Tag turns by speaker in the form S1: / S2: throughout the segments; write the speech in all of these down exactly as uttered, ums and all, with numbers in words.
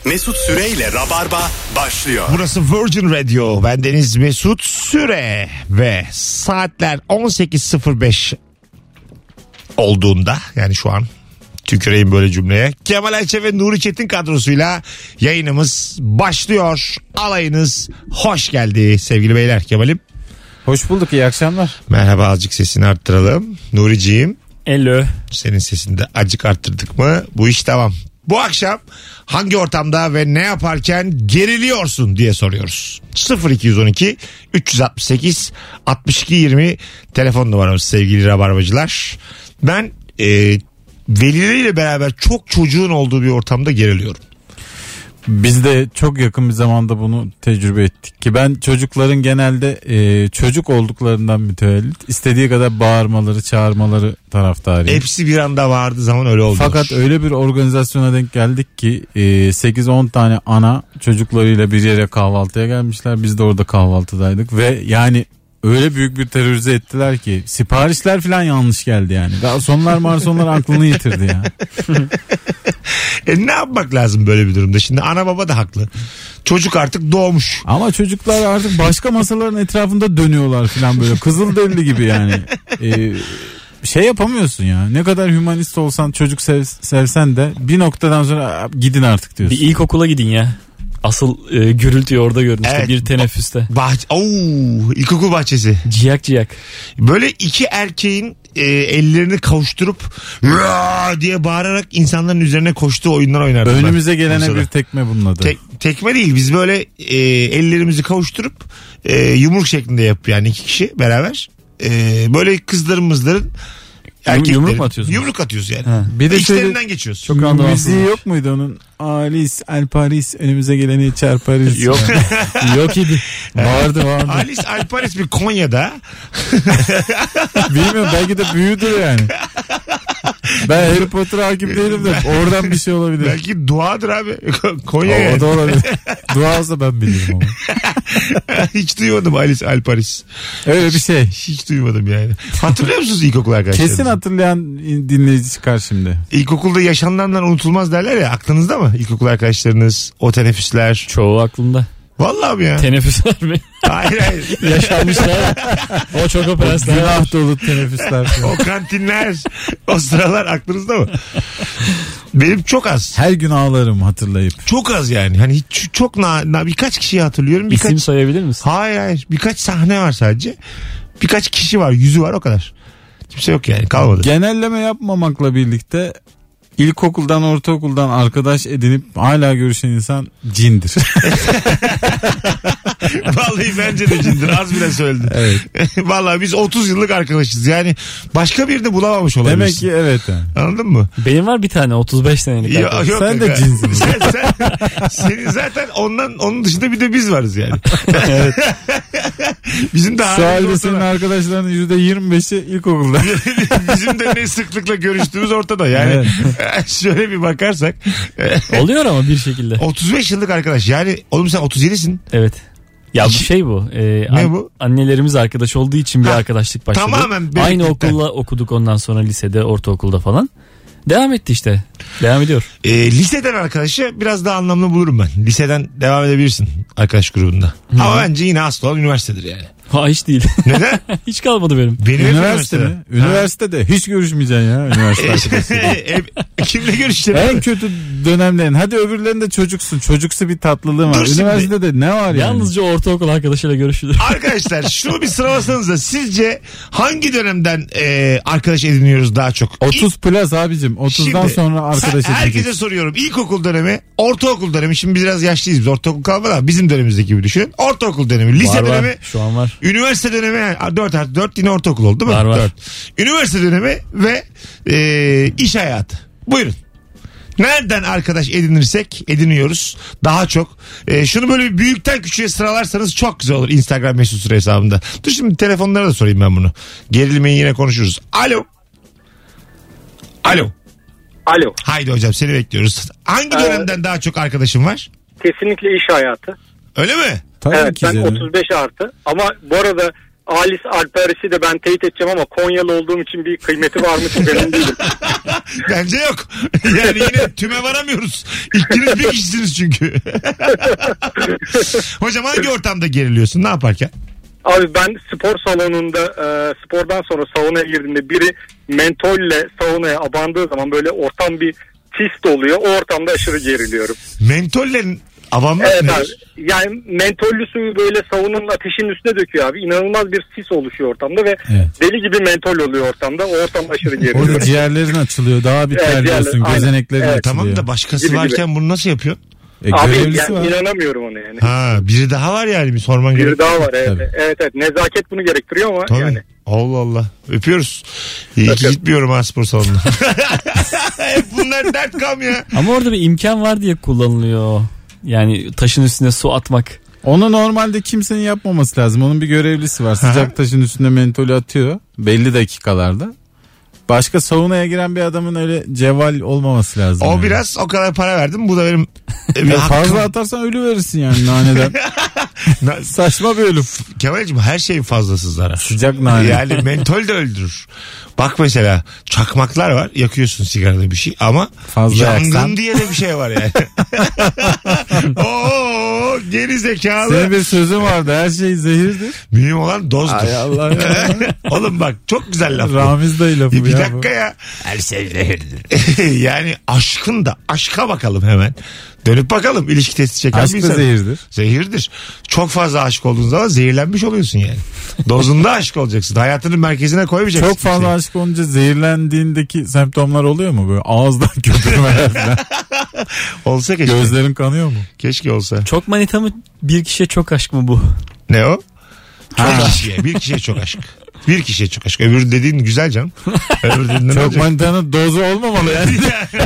S1: Mesut Süreyle Rabarba başlıyor.
S2: Burası Virgin Radio. Bendeniz Mesut Süre ve saatler on sekiz sıfır beş olduğunda, yani şu an tüküreyim böyle cümleye, Kemal Ayça ve Nuri Çetin kadrosuyla yayınımız başlıyor. Alayınız hoş geldi sevgili beyler. Kemal'im.
S3: Hoş bulduk, iyi akşamlar.
S2: Merhaba, azıcık sesini arttıralım. Nuri'ciğim.
S4: Hello.
S2: Senin sesini de azıcık arttırdık mı bu iş tamam. Bu akşam hangi ortamda ve ne yaparken geriliyorsun diye soruyoruz. sıfır iki on iki üç altı sekiz altmış iki yirmi telefon numaramız sevgili rabarbacılar. Ben e, velileriyle beraber çok çocuğun olduğu bir ortamda geriliyorum.
S3: Biz de çok yakın bir zamanda bunu tecrübe ettik ki ben çocukların genelde e, çocuk olduklarından mütevellit istediği kadar bağırmaları, çağırmaları taraftarıyım.
S2: Hepsi bir anda vardı zaman öyle oldu.
S3: Fakat öyle bir organizasyona denk geldik ki e, sekiz on tane ana çocuklarıyla bir yere kahvaltıya gelmişler. Biz de orada kahvaltıdaydık ve yani öyle büyük bir terörize ettiler ki siparişler falan yanlış geldi yani. Garsonlar marsonlar aklını yitirdi ya.
S2: E ne yapmak lazım böyle bir durumda? Şimdi ana baba da haklı. Çocuk artık doğmuş.
S3: Ama çocuklar artık başka masaların etrafında dönüyorlar falan böyle. Kızılderili gibi yani. Ee, şey yapamıyorsun ya. Ne kadar hümanist olsan, çocuk sev, sevsen de bir noktadan sonra gidin artık diyorsun.
S4: Bir ilkokula gidin ya. Asıl e, gürültüyü orada görün işte,
S2: Evet.
S4: bir teneffüste.
S2: Bah- Oo, ilkokul bahçesi.
S4: Ciyak ciyak.
S2: Böyle iki erkeğin e, ellerini kavuşturup "Raa!" diye bağırarak insanların üzerine koştuğu oyunlar oynardık.
S3: Önümüze
S2: ben.
S3: gelene
S2: Mesela.
S3: bir tekme bunun adı.
S2: Tek, tekme değil, biz böyle e, ellerimizi kavuşturup e, yumruk şeklinde yap, yani iki kişi beraber e, böyle kızların mızların erkeklerin
S4: yumruk mu atıyorsunuz?
S2: Yumruk atıyoruz yani.
S4: Ha.
S3: Bir de
S2: İçlerinden
S3: şöyle
S2: geçiyoruz.
S4: Çok anlamsız.
S3: müziği yok muydu onun? Alice, El Paris, önümüze geleni çarparız.
S4: Yok. Yok idi.
S3: Vardı vardı.
S2: Alice Alparis bir Konya'da.
S3: Bilmiyorum, belki de büyüdür yani. Ben Harry Potter hakim değilim de oradan bir şey olabilir.
S2: Belki duadır abi. Konya
S3: O,
S2: yani.
S3: o da olabilir. Dua olsa ben bilirim ama.
S2: Hiç duymadım Alice Alparis.
S3: Öyle bir şey.
S2: Hiç duymadım yani. Hatırlıyor musunuz ilkokul arkadaşlarınızı?
S3: Kesin hatırlayan dinleyici çıkar şimdi.
S2: İlkokulda yaşananlar unutulmaz derler ya, aklınızda mı? İlkokul arkadaşlarınız, o teneffüsler.
S4: Çoğu aklımda.
S2: Vallahi mi ya?
S4: Teneffüsler mi?
S2: Hayır hayır.
S4: Yaşanmışlar. O çok o prensler.
S3: Günah dolu teneffüsler.
S2: O kantinler, o sıralar aklınızda mı? Benim çok az.
S3: Her gün ağlarım hatırlayıp.
S2: Çok az yani. Hani hiç, çok na, na, birkaç kişiyi hatırlıyorum. Birkaç...
S4: İsim sayabilir misin?
S2: Hayır hayır. Birkaç sahne var sadece. Birkaç kişi var, yüzü var, o kadar. Kimse yok yani, kalmadı.
S3: Genelleme yapmamakla birlikte ilkokuldan, ortaokuldan arkadaş edinip hala görüşen insan cindir.
S2: Vallahi bence de cindir. Az bile söyledin.
S3: Evet.
S2: Vallahi biz otuz yıllık arkadaşız. Yani başka birini bulamamış olabilirsin.
S3: Demek ki evet yani.
S2: Anladın mı?
S4: Benim var bir tane otuz beş senelik
S2: Ya,
S4: arkadaş.
S2: yok
S3: Sen de
S2: kanka.
S3: cinsin.
S2: Sen, sen, senin zaten ondan onun dışında bir de biz varız yani.
S4: Evet.
S2: Bizim de
S3: Şu
S2: halimiz
S3: halde
S2: ortada.
S3: senin arkadaşlarının yüzde yirmi beşi ilkokulda.
S2: Bizim de ne sıklıkla görüştüğümüz ortada. Yani şöyle bir bakarsak
S4: Oluyor ama bir şekilde.
S2: otuz beş yıllık arkadaş. Yani oğlum sen otuz yedisin.
S4: Evet. Ya bu şey bu. E,
S2: Ne
S4: an-
S2: bu?
S4: Annelerimiz arkadaş olduğu için bir
S2: Ha,
S4: arkadaşlık başladı.
S2: tamamen
S4: Aynı
S2: bebeklikten.
S4: okulla okuduk ondan sonra lisede, ortaokulda falan. Devam etti işte. Devam ediyor.
S2: E, liseden arkadaşı biraz daha anlamlı bulurum ben. Liseden devam edebilirsin arkadaş grubunda.
S4: Hı.
S2: Ama bence yine asıl olan üniversitedir yani.
S4: Ha hiç değil.
S2: Neden?
S4: Hiç kalmadı benim.
S2: Benim hep
S3: Üniversite mi?
S2: üniversitede.
S3: Üniversitede hiç görüşmeyeceksin ya üniversite arkadaşı.
S2: E, kimle görüşeceksin?
S3: En kötü dönemlerin. Hadi öbürlerinde çocuksun. Çocuksu bir tatlılığın var.
S2: Dur şimdi.
S3: Üniversitede ne var yani?
S4: Yalnızca ortaokul arkadaşıyla görüşülür.
S2: Arkadaşlar şunu bir sıralasanız da sizce hangi dönemden e, arkadaş ediniyoruz daha çok?
S3: otuz plus abicim. otuzdan
S2: Şimdi,
S3: sonra arkadaş
S2: sen- herkese
S3: edeceksin.
S2: soruyorum. İlkokul dönemi, ortaokul dönemi. Şimdi biz biraz yaşlıyız. Biz ortaokul kalmadı ama bizim dönemimizdeki gibi düşünün. Ortaokul dönemi, lise
S4: Var,
S2: dönemi,
S4: var. Şu an var.
S2: üniversite dönemi dört artı dört yine ortaokul oldu değil mi?
S4: Var, var.
S2: dört. Üniversite dönemi ve e, iş hayatı. Buyurun. Nereden arkadaş edinirsek ediniyoruz daha çok. E, şunu böyle bir büyükten küçüğe sıralarsanız çok güzel olur Instagram mesut süre hesabında. Dur şimdi telefonlara da sorayım ben bunu. Gerilmeyi yine konuşuruz. Alo. Alo.
S5: Alo.
S2: Haydi hocam seni bekliyoruz. Hangi
S5: Ee,
S2: dönemden daha çok arkadaşın var?
S5: Kesinlikle iş hayatı.
S2: Öyle mi?
S3: Tabii
S5: evet
S3: ki
S5: ben
S3: canım.
S5: otuz beş artı ama bu arada Alice Alperis'i de ben teyit edeceğim ama Konyalı olduğum için bir kıymeti var mı çok emin değilim.
S2: Bence yok. Yani yine tüme varamıyoruz. İkiniz bir kişisiniz çünkü. Hocam hangi ortamda geriliyorsun? Ne yaparken?
S5: Abi ben spor salonunda e, spordan sonra saunaya girdiğimde biri mentolle saunaya abandığı zaman böyle ortam bir pist oluyor. O ortamda aşırı geriliyorum.
S2: Mentolle abanmak
S5: Evet
S2: nedir?
S5: abi. Yani mentollü suyu böyle saunanın ateşinin üstüne döküyor abi. İnanılmaz bir sis oluşuyor ortamda ve
S3: Evet.
S5: deli gibi mentol oluyor ortamda. O ortamda aşırı geriliyorum.
S3: Orada ciğerlerin açılıyor. Daha bir
S5: Evet,
S3: terliyorsun.
S5: ciğerler,
S3: Gözeneklerin
S5: aynen. Evet,
S3: açılıyor.
S2: Tamam da başkası
S5: Gibi gibi.
S2: varken bunu nasıl yapıyor?
S3: E,
S5: Abi
S3: görevlisi
S5: yani
S3: var.
S5: inanamıyorum ona yani.
S2: Ha, biri daha var yani bir sorman
S5: Bir
S2: gerek.
S5: daha var evet.
S3: Tabii.
S5: Evet evet. Nezaket bunu gerektiriyor ama
S2: Tabii.
S5: yani.
S2: Allah Allah. Öpüyoruz. İyi ki gitmiyorum ha spor salonuna. Hep bunlar dert kam ya.
S4: Ama orada bir imkan var diye kullanılıyor. Yani taşın üstüne su atmak.
S3: Onu normalde kimsenin yapmaması lazım. Onun bir görevlisi var. Sıcak taşın üstüne mentolü atıyor. Belli dakikalarda. Başka saunaya giren bir adamın öyle cevval olmaması lazım.
S2: O
S3: yani.
S2: biraz o kadar para verdim. Bu da benim e, bir
S3: Ya
S2: hakkım.
S3: fazla atarsan ölü verirsin yani naneden.
S2: Na-
S3: Saçma bir ölüm.
S2: Kemal'cim her şeyin fazlası zarar.
S3: Sıcak nane.
S2: Yani mentol de öldürür. Bak mesela çakmaklar var. Yakıyorsun sigarada bir şey ama
S3: Fazla
S2: yangın
S3: yaksan.
S2: diye de bir şey var yani. Oo, geri zekalı.
S3: Senin bir sözün vardı. Her şey zehirdir.
S2: Mühim olan dozdur.
S3: Ay Allah ya.
S2: Oğlum bak çok güzel laf bu.
S3: Ramiz dayı lafı
S2: Bir, bir
S3: ya
S2: dakika ya. Her şey zehirdir. Yani aşkın da aşka bakalım hemen. Dönüp bakalım ilişki testi çeken
S3: Aşk
S2: bir
S3: da
S2: insan.
S3: zehirdir.
S2: Zehirdir. Çok fazla aşık olduğun zaman zehirlenmiş oluyorsun yani. Dozunda aşık olacaksın. Hayatının merkezine koymayacaksın.
S3: Çok fazla
S2: kimseyi.
S3: aşık olunca zehirlendiğindeki semptomlar oluyor mu? Böyle ağızdan köpürmeler falan.
S2: Olsa keşke.
S3: Gözlerin kanıyor mu?
S2: Keşke olsa.
S4: Çok manita mı bir kişiye çok aşk mı bu?
S2: Ne o? Çok
S3: Ha.
S2: kişiye. Bir kişiye çok aşk. Bir kişiye çok aşk. Öbürü dediğin güzel canım. Öbürü dediğin ne
S3: Çok
S2: olacak?
S3: manitanın dozu olmamalı yani.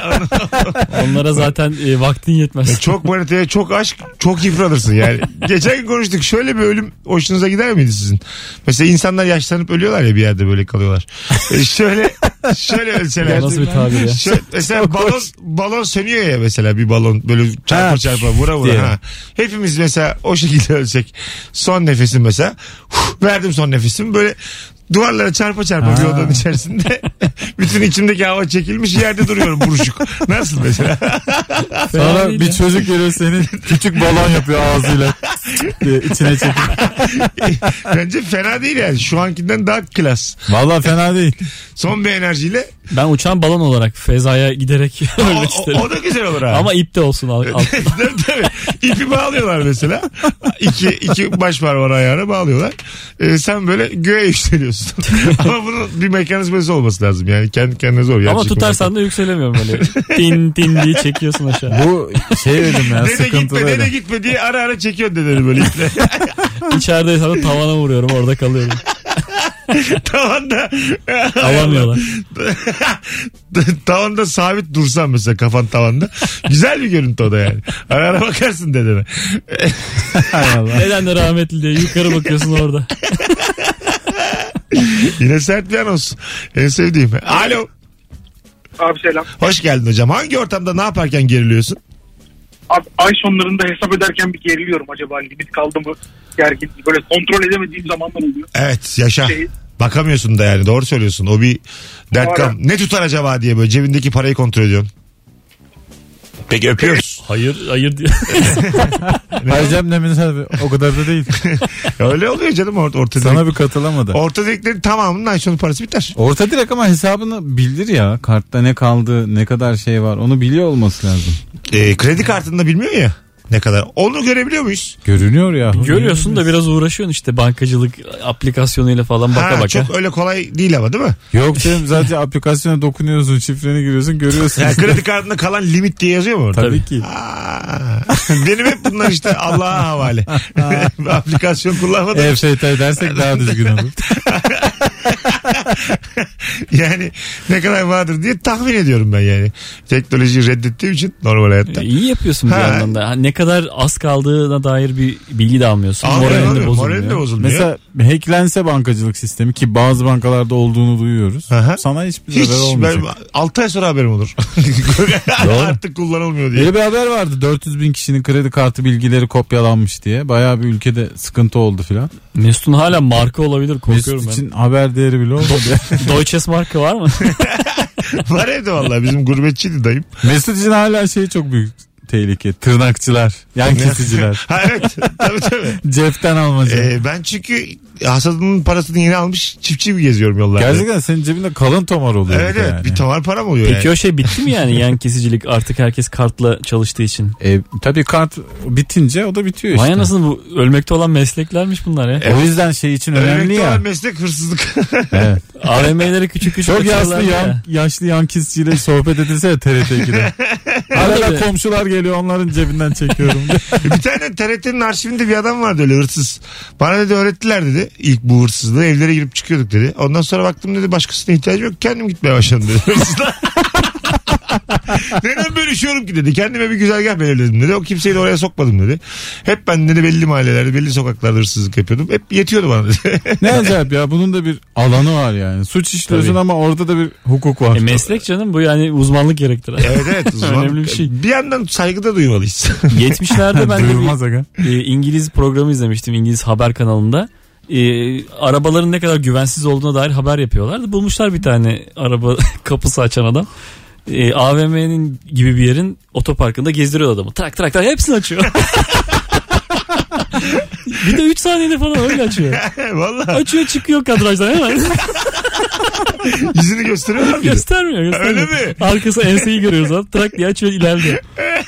S4: Onlara zaten e, vaktin yetmez.
S2: Çok manitaya çok aşk çok yıpranırsın yani. Geçen gün konuştuk. Şöyle bir ölüm hoşunuza gider miydi sizin? Mesela insanlar yaşlanıp ölüyorlar ya bir yerde böyle kalıyorlar. E şöyle şöyle ölseler.
S4: Nasıl bir tabir ya?
S2: Şöyle, mesela balon balon sönüyor ya mesela bir balon böyle çarpa
S3: Ha,
S2: çarpa vura vura.
S3: diye.
S2: Ha. Hepimiz mesela o şekilde ölsek son nefesim mesela huh, verdim son nefesimi böyle duvarlara çarpa çarpa
S3: Ha.
S2: bir odanın içerisinde bütün içimdeki hava çekilmiş yerde duruyorum buruşuk. Nasıl mesela?
S3: Sonra
S4: değil
S3: bir
S4: ya.
S3: çocuk geliyor senin küçük balon yapıyor ağzıyla. diye içine çekip.
S2: Bence fena değil yani. Şu ankinden daha klas.
S3: Vallahi fena değil.
S2: Son bir enerjiyle.
S4: Ben uçan balon olarak fezaya giderek
S2: O,
S4: ölmek
S2: o,
S4: isterim.
S2: o da güzel olur ha.
S4: Ama ip de olsun alt. alt.
S2: tabii tabii. İpi bağlıyorlar mesela. İki, iki baş parmağını ayağına bağlıyorlar. Ee, sen böyle göğe yükseliyorsun. Ama bunun bir mekanizması olması lazım. Yani kendi kendine zor.
S4: Ama
S2: gerçek
S4: tutarsan da yükselemiyorum böyle. Tin tin diye çekiyorsun aşağı.
S3: Bu şey dedim ya
S2: Dede gitme
S3: sıkıntılı.
S2: dede
S3: öyle.
S2: gitme diye ara ara çekiyorsun dedeni böyle iple.
S4: İçerideysen de tavana vuruyorum orada kalıyorum.
S2: Tavanda.
S4: Alamıyorlar.
S2: Tavanda sabit dursan mesela kafan tavanda. Güzel bir görüntü o da yani. Ara ara bakarsın dedene.
S3: Hay Allah.
S4: Neden de rahmetli diye yukarı bakıyorsun orada.
S2: Yine sert bir an olsun. En sevdiğim. Alo.
S5: Abi selam.
S2: Hoş geldin hocam. Hangi ortamda ne yaparken geriliyorsun?
S6: Abi ay sonlarında hesap ederken bir geriliyorum, acaba limit kaldı mı gergin, böyle kontrol edemediğim zamanlar oluyor.
S2: Evet yaşa.
S6: Şey-
S2: Bakamıyorsun da yani doğru söylüyorsun. O bir dert
S6: Doğru.
S2: kam. Ne tutar acaba diye böyle cebindeki parayı kontrol ediyorsun. Peki öpüyoruz.
S4: Hayır hayır diyor.
S3: Harcam demin abi o kadar da değil.
S2: Öyle oluyor canım orta, orta
S3: Sana
S2: direkt.
S3: bir katılamadı.
S2: Orta direklerin tamamının ay sonu parası biter.
S3: Orta direkt ama hesabını bildir ya. Kartta ne kaldı, ne kadar şey var. Onu biliyor olması lazım.
S2: Ee, kredi kartında bilmiyor ya ne kadar. Onu görebiliyor muyuz?
S3: Görünüyor ya.
S4: Görüyorsun da biraz uğraşıyorsun işte bankacılık aplikasyonuyla falan baka
S2: ha,
S4: baka.
S2: çok öyle kolay değil ama değil mi?
S3: Yok canım zaten aplikasyona dokunuyorsun, şifreni giriyorsun, görüyorsun.
S2: Yani kredi kartında kalan limit diye yazıyor mu orada?
S3: Tabii ki.
S2: Aa, benim hep bunlar işte Allah'a havale. Aplikasyon kullanmadım.
S3: Ev şeytan dersek daha düzgün olur.
S2: Yani ne kadar vardır diye tahmin ediyorum ben yani. Teknolojiyi reddettiğim için normal hayatta.
S4: İyi yapıyorsun bir
S2: Ha.
S4: yandan da. Ha, ne kadar az kaldığına dair bir bilgi de almıyorsun.
S2: Almıyor,
S4: Moralin de
S2: almıyor.
S4: bozulmuyor.
S2: Moralin de bozulmuyor.
S3: Mesela hacklense bankacılık sistemi ki bazı bankalarda olduğunu duyuyoruz.
S2: Aha.
S3: Sana hiçbir
S2: Hiç
S3: zarar olmayacak.
S2: altı ay sonra haberim olur. Artık kullanılmıyor diye.
S3: Böyle bir haber vardı, dört yüz bin kişinin kredi kartı bilgileri kopyalanmış diye. Bayağı bir ülkede sıkıntı oldu filan.
S4: Mesut'un hala marka olabilir, korkuyorum
S3: Mesut
S4: ben.
S3: için haber değeri bile olmadı.
S4: Deutsches marka var mı?
S2: Var evde vallahi, bizim gurbetçiydi dayım.
S3: Mesut için hala şey çok büyük tehlike. Tırnakçılar, yan kesiciler.
S2: Ha evet, tabii tabii.
S3: Cepten almaca.
S2: Ee, ben çünkü hasadının parasını yeni almış çiftçi gibi geziyorum yollarda.
S3: Gerçekten senin cebinde kalın tomar oluyor.
S2: Evet
S3: bir de
S2: evet,
S3: yani.
S2: bir tomar param oluyor
S4: Peki
S2: yani.
S4: o şey bitti mi yani, yan kesicilik artık herkes kartla çalıştığı için?
S3: E, tabii kart bitince o da bitiyor işte.
S4: Vay anasını, bu ölmekte olan mesleklermiş bunlar ya.
S3: O yüzden şey için önemli
S2: Ölmekte
S3: ya.
S2: olan meslek hırsızlık.
S3: Evet.
S4: A V M'leri küçük küçük
S3: Çok yaşlı
S4: açıyorlar
S3: yan,
S4: ya.
S3: yaşlı yan kesiciyle sohbet edilse ya T R T ikide. Arada
S4: Tabii.
S3: komşular geliyor, onların cebinden çekiyorum.
S2: Bir tane T R T'nin arşivinde bir adam vardı öyle hırsız. Bana dedi öğrettiler dedi ilk bu hırsızlığı, evlere girip çıkıyorduk dedi. Ondan sonra baktım dedi başkasına ihtiyacım yok, kendim gitmeye başladım dedi. Hırsızlar. Neden bölüşüyorum ki dedi. Kendime bir güzergah belirledim dedi. O kimseyi de oraya sokmadım dedi. Hep ben dedi belli mahallelerde, belli sokaklarda hırsızlık yapıyordum. Hep yetiyordu bana dedi.
S3: Ne acayip ya, bunun da bir alanı var yani. Suç işliyorsun
S4: Tabii.
S3: ama orada da bir hukuk var.
S4: E meslek canım bu, yani uzmanlık gerektiren.
S2: Evet evet. Uzman.
S4: Önemli bir şey.
S2: Bir yandan saygı da duymalıyız.
S4: yetmişlerde ben de
S3: Duyulmaz aga.
S4: bir e, İngiliz programı izlemiştim, İngiliz haber kanalında. E, arabaların ne kadar güvensiz olduğuna dair haber yapıyorlardı. Bulmuşlar bir tane araba kapısı açan adam. E, A V M'nin gibi bir yerin otoparkında gezdiriyor adamı. Trak trak trak hepsini açıyor. Bir de üç saniyede falan öyle açıyor.
S2: Vallahi
S4: Açıyor çıkıyor kadrajdan hemen.
S2: yüzünü gösteriyorlar mıydı?
S4: göstermiyor, göstermiyor.
S2: Öyle mi?
S4: Arkası enseyi görüyoruz abi. Trak diye açıyor, ilerliyor.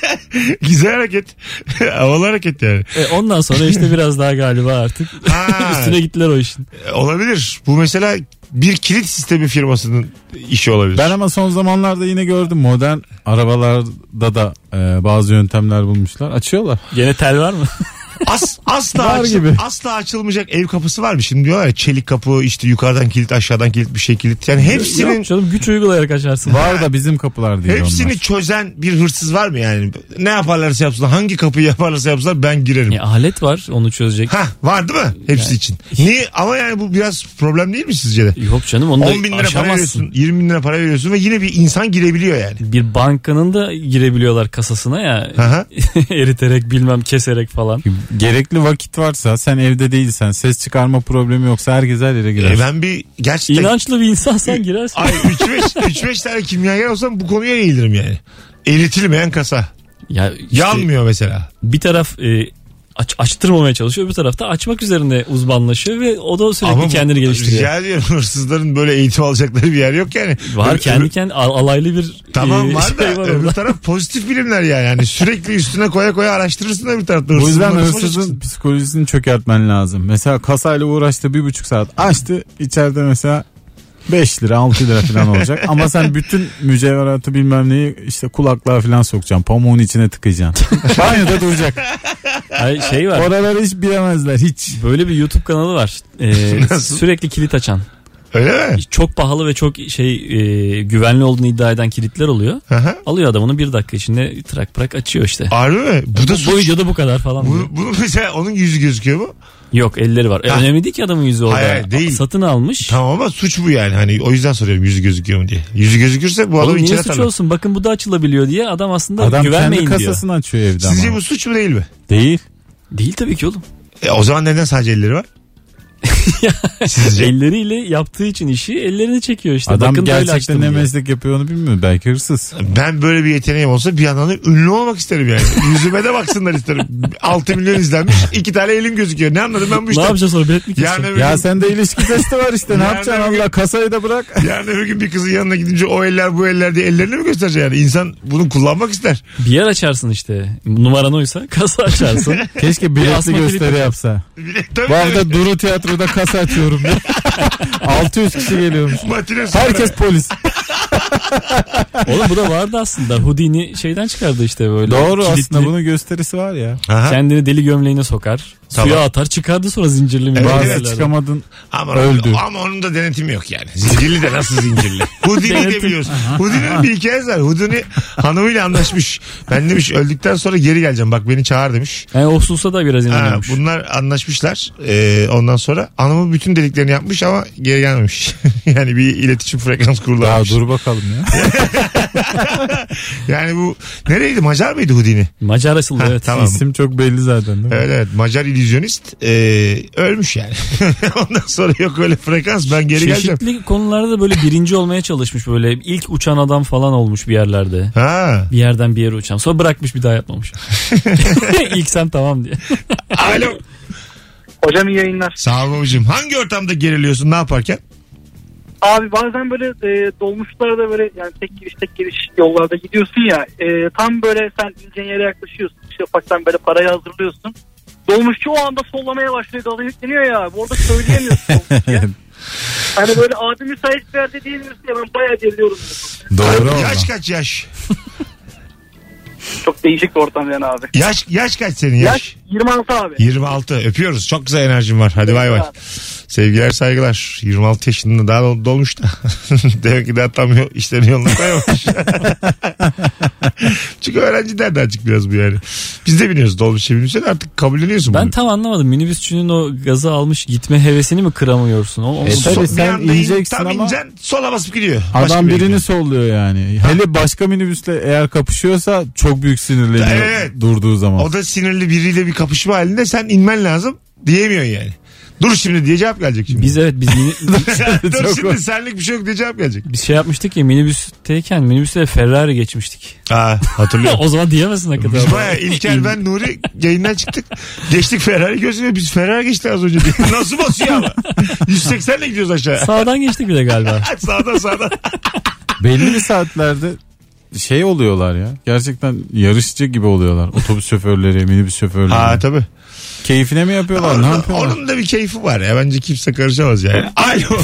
S2: Güzel hareket. Havalı hareket yani.
S4: E, ondan sonra işte biraz daha galiba artık
S2: Ha.
S4: üstüne gittiler o işin.
S2: Olabilir. Bu mesela bir kilit sistemi firmasının işi olabilir.
S3: Ben ama son zamanlarda yine gördüm, modern arabalarda da e, bazı yöntemler bulmuşlar. Açıyorlar.
S4: Gene tel var mı?
S2: As, asla,
S3: Var
S2: açıl-
S3: gibi.
S2: asla açılmayacak ev kapısı var mı? Şimdi diyorlar ya çelik kapı, işte yukarıdan kilit, aşağıdan kilit, bir şey kilit. Yani hepsinin
S4: Yok canım, güç uygulayarak açarsın.
S3: Var da bizim kapılar değil
S2: hepsini
S3: onlar.
S2: çözen bir hırsız var mı yani? Ne yaparlarsa yapsınlar, hangi kapıyı yaparlarsa yapsınlar ben girerim.
S4: Ya, alet var onu çözecek.
S2: Ha var değil mi? Hepsi
S4: Yani.
S2: için. Niye? Ama yani bu biraz problem değil mi sizce de?
S4: Yok canım, onu da
S2: on bin lira para
S4: aşamazsın.
S2: veriyorsun, yirmi bin lira para veriyorsun ve yine bir insan girebiliyor yani.
S4: Bir bankanın da girebiliyorlar kasasına ya.
S2: Aha.
S4: Eriterek bilmem keserek falan.
S3: Gerekli vakit varsa, sen evde değilsen, ses çıkarma problemi yoksa herkes her yere girer.
S2: E ben bir gerçekten
S4: İnançlı bir insansan girersin.
S2: ay üç beş tane kimyager olsam bu konuya eğilirim yani. Eritilmeyen kasa.
S4: Ya işte
S2: Yanmıyor mesela.
S4: bir taraf e, aç, açtırmamaya çalışıyor, bir tarafta açmak üzerine uzmanlaşıyor ve o da sürekli
S2: Ama bu-
S4: kendini geliştiriyor.
S2: Rica ediyorum, hırsızların böyle eğitim alacakları bir yer yok yani.
S4: Var
S2: Ö-
S4: kendi
S2: ö-
S4: kendi al- alaylı bir
S2: Tamam
S4: e,
S2: var
S4: şey
S2: da
S4: var
S2: öbür
S4: orada.
S2: taraf pozitif bilimler ya. Yani sürekli üstüne koya koya araştırırsın da bir tarafta.
S3: Bu yüzden
S2: Hırsızın başına
S3: hırsızın
S2: çıksın.
S3: psikolojisini çökertmen lazım. Mesela kasayla uğraştı bir buçuk saat. Açtı, içeride mesela beş lira altı lira falan olacak. Ama sen bütün mücevheratı bilmem neyi işte kulaklığa falan sokacaksın. Pamuğun içine tıkayacaksın. Banyoda duracak.
S4: Ay, şey var.
S3: Oraları hiç bilemezler hiç.
S4: Böyle bir YouTube kanalı var. Ee,
S2: Nasıl?
S4: sürekli kilit açan.
S2: Öyle mi?
S4: Çok pahalı ve çok şey e, güvenli olduğunu iddia eden kilitler oluyor.
S2: Aha.
S4: Alıyor adamını bir dakika içinde trak bırak açıyor işte.
S2: Harbi mi? Bu da
S4: Bu
S2: suç.
S4: videoda bu kadar falan. diyor.
S2: Bu, bunu mesela onun yüzü gözüküyor mu?
S4: Yok, elleri var. E,
S2: Ha.
S4: önemli değil ki adamın yüzü orada.
S2: Hayır, hayır, değil.
S4: Satın almış.
S2: Tamam ama suç bu yani. Hani o yüzden soruyorum yüzü gözüküyor mu diye. Yüzü gözükürse bu
S4: Oğlum
S2: adamı
S4: niye
S2: içeri
S4: suç
S2: atarlar.
S4: olsun? Bakın bu da açılabiliyor diye adam aslında
S3: Adam
S4: güvenmeyin
S3: kendi
S4: diyor.
S3: kasasını açıyor evde
S2: Sizce
S3: ama.
S2: bu suç mu değil mi?
S3: Değil.
S4: Değil tabii ki oğlum.
S2: E, o zaman neden sadece elleri var? Sizce?
S4: Elleriyle yaptığı için işi ellerini çekiyor işte.
S3: Adam
S4: Bakın böyle
S3: gerçekten
S4: açtım
S3: ne
S4: diye.
S3: meslek yapıyor onu bilmiyor. Belki hırsız.
S2: Ben böyle bir yeteneğim olsa bir yandan da ünlü olmak isterim yani. Yüzüme de baksınlar isterim. altı milyon izlenmiş. iki tane elim gözüküyor. Ne anladım ben bu
S4: Ne
S2: işten?
S4: yapacağız sonra, bilet mi
S2: Yarın
S4: keseceğiz?
S2: öbür,
S3: Ya
S2: gün,
S3: sende ilişki testi var işte. Ne
S2: Nerede
S3: yapacaksın
S2: bugün?
S3: Allah, kasayı da bırak.
S2: yarın öbür gün bir kızın yanına gidince o eller bu eller diye ellerini mi gösterecek yani? İnsan bunu kullanmak ister.
S4: Bir yer açarsın işte. Numaran oysa kasa açarsın.
S3: Keşke biletli
S4: asma kilit
S3: gösteri
S4: açar.
S3: yapsa.
S2: Bir de tabii
S3: Bu hafta Duru Tiyatro'da kasa açıyorum diye. altı yüz kişi geliyormuş.
S2: matine sonra-
S3: Herkes polis.
S4: Oğlum bu da vardı aslında. Houdini şeyden çıkardı işte böyle.
S3: Doğru,
S4: kilitli.
S3: aslında bunun gösterisi var ya.
S2: Aha.
S4: Kendini deli gömleğine sokar.
S2: Tamam.
S4: Suya atar, çıkardı sonra zincirli mi?
S2: Evet,
S3: Bazı
S2: evet.
S3: çıkamadın.
S2: Ama,
S3: Öldü.
S2: ama onun da denetimi yok yani. Zincirli de nasıl zincirli? Houdini de
S4: Denetim.
S2: biliyoruz. Houdini'nin bir hikayesi var. Houdini hanımıyla anlaşmış. Ben demiş öldükten sonra geri geleceğim. Bak beni çağır demiş.
S4: Yani o hususa da biraz
S2: Ha,
S4: inanıyormuş.
S2: bunlar anlaşmışlar. Ee, ondan sonra hanımı bütün deliklerini yapmış ama geri gelmemiş. Yani bir iletişim frekans
S3: Ya
S2: kurulamış.
S3: dur bakalım ya.
S2: Yani bu nereydi? Macar mıydı Houdini?
S4: Macar asıllı
S2: Ha,
S4: evet.
S2: tamam.
S3: İsim çok belli zaten değil mi?
S2: Evet evet. Macar illüzyon illüzyonist e, ölmüş yani. Ondan sonra yok öyle frekans, ben geri geleceğim.
S4: Çeşitli konularda böyle birinci olmaya çalışmış, böyle ilk uçan adam falan olmuş bir yerlerde.
S2: Ha.
S4: Bir yerden bir yere uçan. Sonra bırakmış, bir daha yapmamış. İlk sen tamam diye.
S2: Alo.
S6: Hocam iyi yayınlar.
S2: Sağ ol babacığım. Hangi ortamda geriliyorsun, ne yaparken?
S6: Abi bazen böyle e, dolmuşlarda böyle yani tek giriş tek giriş yollarda gidiyorsun ya, e, tam böyle sen ineceğin yere yaklaşıyorsun. İşte ufaktan böyle parayı hazırlıyorsun. Dolmuşçu o anda sollamaya başlıyor, dalı yükleniyor ya. Bu arada söyleyemiyorsun. Hani böyle abi müsait bir yerde değil misin ya, ben bayağı geriliyorum.
S3: Doğru
S2: Yaş
S3: ama.
S2: kaç yaş?
S6: Çok değişik bir ortam yani abi.
S2: Yaş yaş kaç senin yaş?
S6: Yaş yirmi altı abi.
S2: yirmi altı. Öpüyoruz. Çok güzel enerjin var. Hadi bay bay. Sevgiler saygılar. yirmi altı yaşında daha dol- dolmuş da. Demek ki daha tam yol, işlerin yoluna koyamamış. Çünkü öğrenci nereden açık biraz bu yani. Biz de biniyoruz dolmuşa biniyorsun, artık kabulleniyorsun
S4: Ben
S2: bunu.
S4: tam anlamadım. Minibüsçünün o gazı almış gitme hevesini mi kıramıyorsun? O, o
S3: E,
S2: So-
S3: tabii
S2: bir
S3: sen
S2: anda in-
S3: ineceksin
S2: tam
S3: ama
S2: ineceksin, sola basıp gidiyor. Başka
S3: adam
S2: bir yere
S3: birini
S2: gidiyor.
S3: solluyor yani. Hele başka minibüsle eğer kapışıyorsa çok büyük sinirleniyor
S2: Evet.
S3: durduğu zaman.
S2: O da sinirli biriyle bir kapışma halinde, sen inmen lazım diyemiyorsun yani. Dur şimdi diye cevap gelecek şimdi.
S4: Biz evet biz mini,
S2: Dur
S3: Çok
S2: şimdi
S3: var.
S2: senlik bir şey yok diye cevap gelecek.
S4: biz şey yapmıştık ya, minibüsteyken minibüste Ferrari geçmiştik.
S2: Ha, hatırlıyorum.
S4: O zaman diyemezsin ne kadar.
S2: Biz baya İlker, ben, Nuri yayından çıktık. Geçtik Ferrari gözüyle, biz Ferrari geçti az önce diye. Nasıl basıyor ama? yüz seksenle gidiyoruz aşağıya.
S4: Sağdan geçtik bir de galiba.
S2: Sağdan sağdan.
S3: Belli bir saatlerde şey oluyorlar ya. Gerçekten yarışçı gibi oluyorlar. Otobüs şoförleri, minibüs şoförleri.
S2: Ha tabii.
S3: Keyfine mi yapıyorlar?
S2: Onun,
S3: Ne yapıyorlar?
S2: onun da bir keyfi var ya. Bence kimse karışamaz yani. Alo.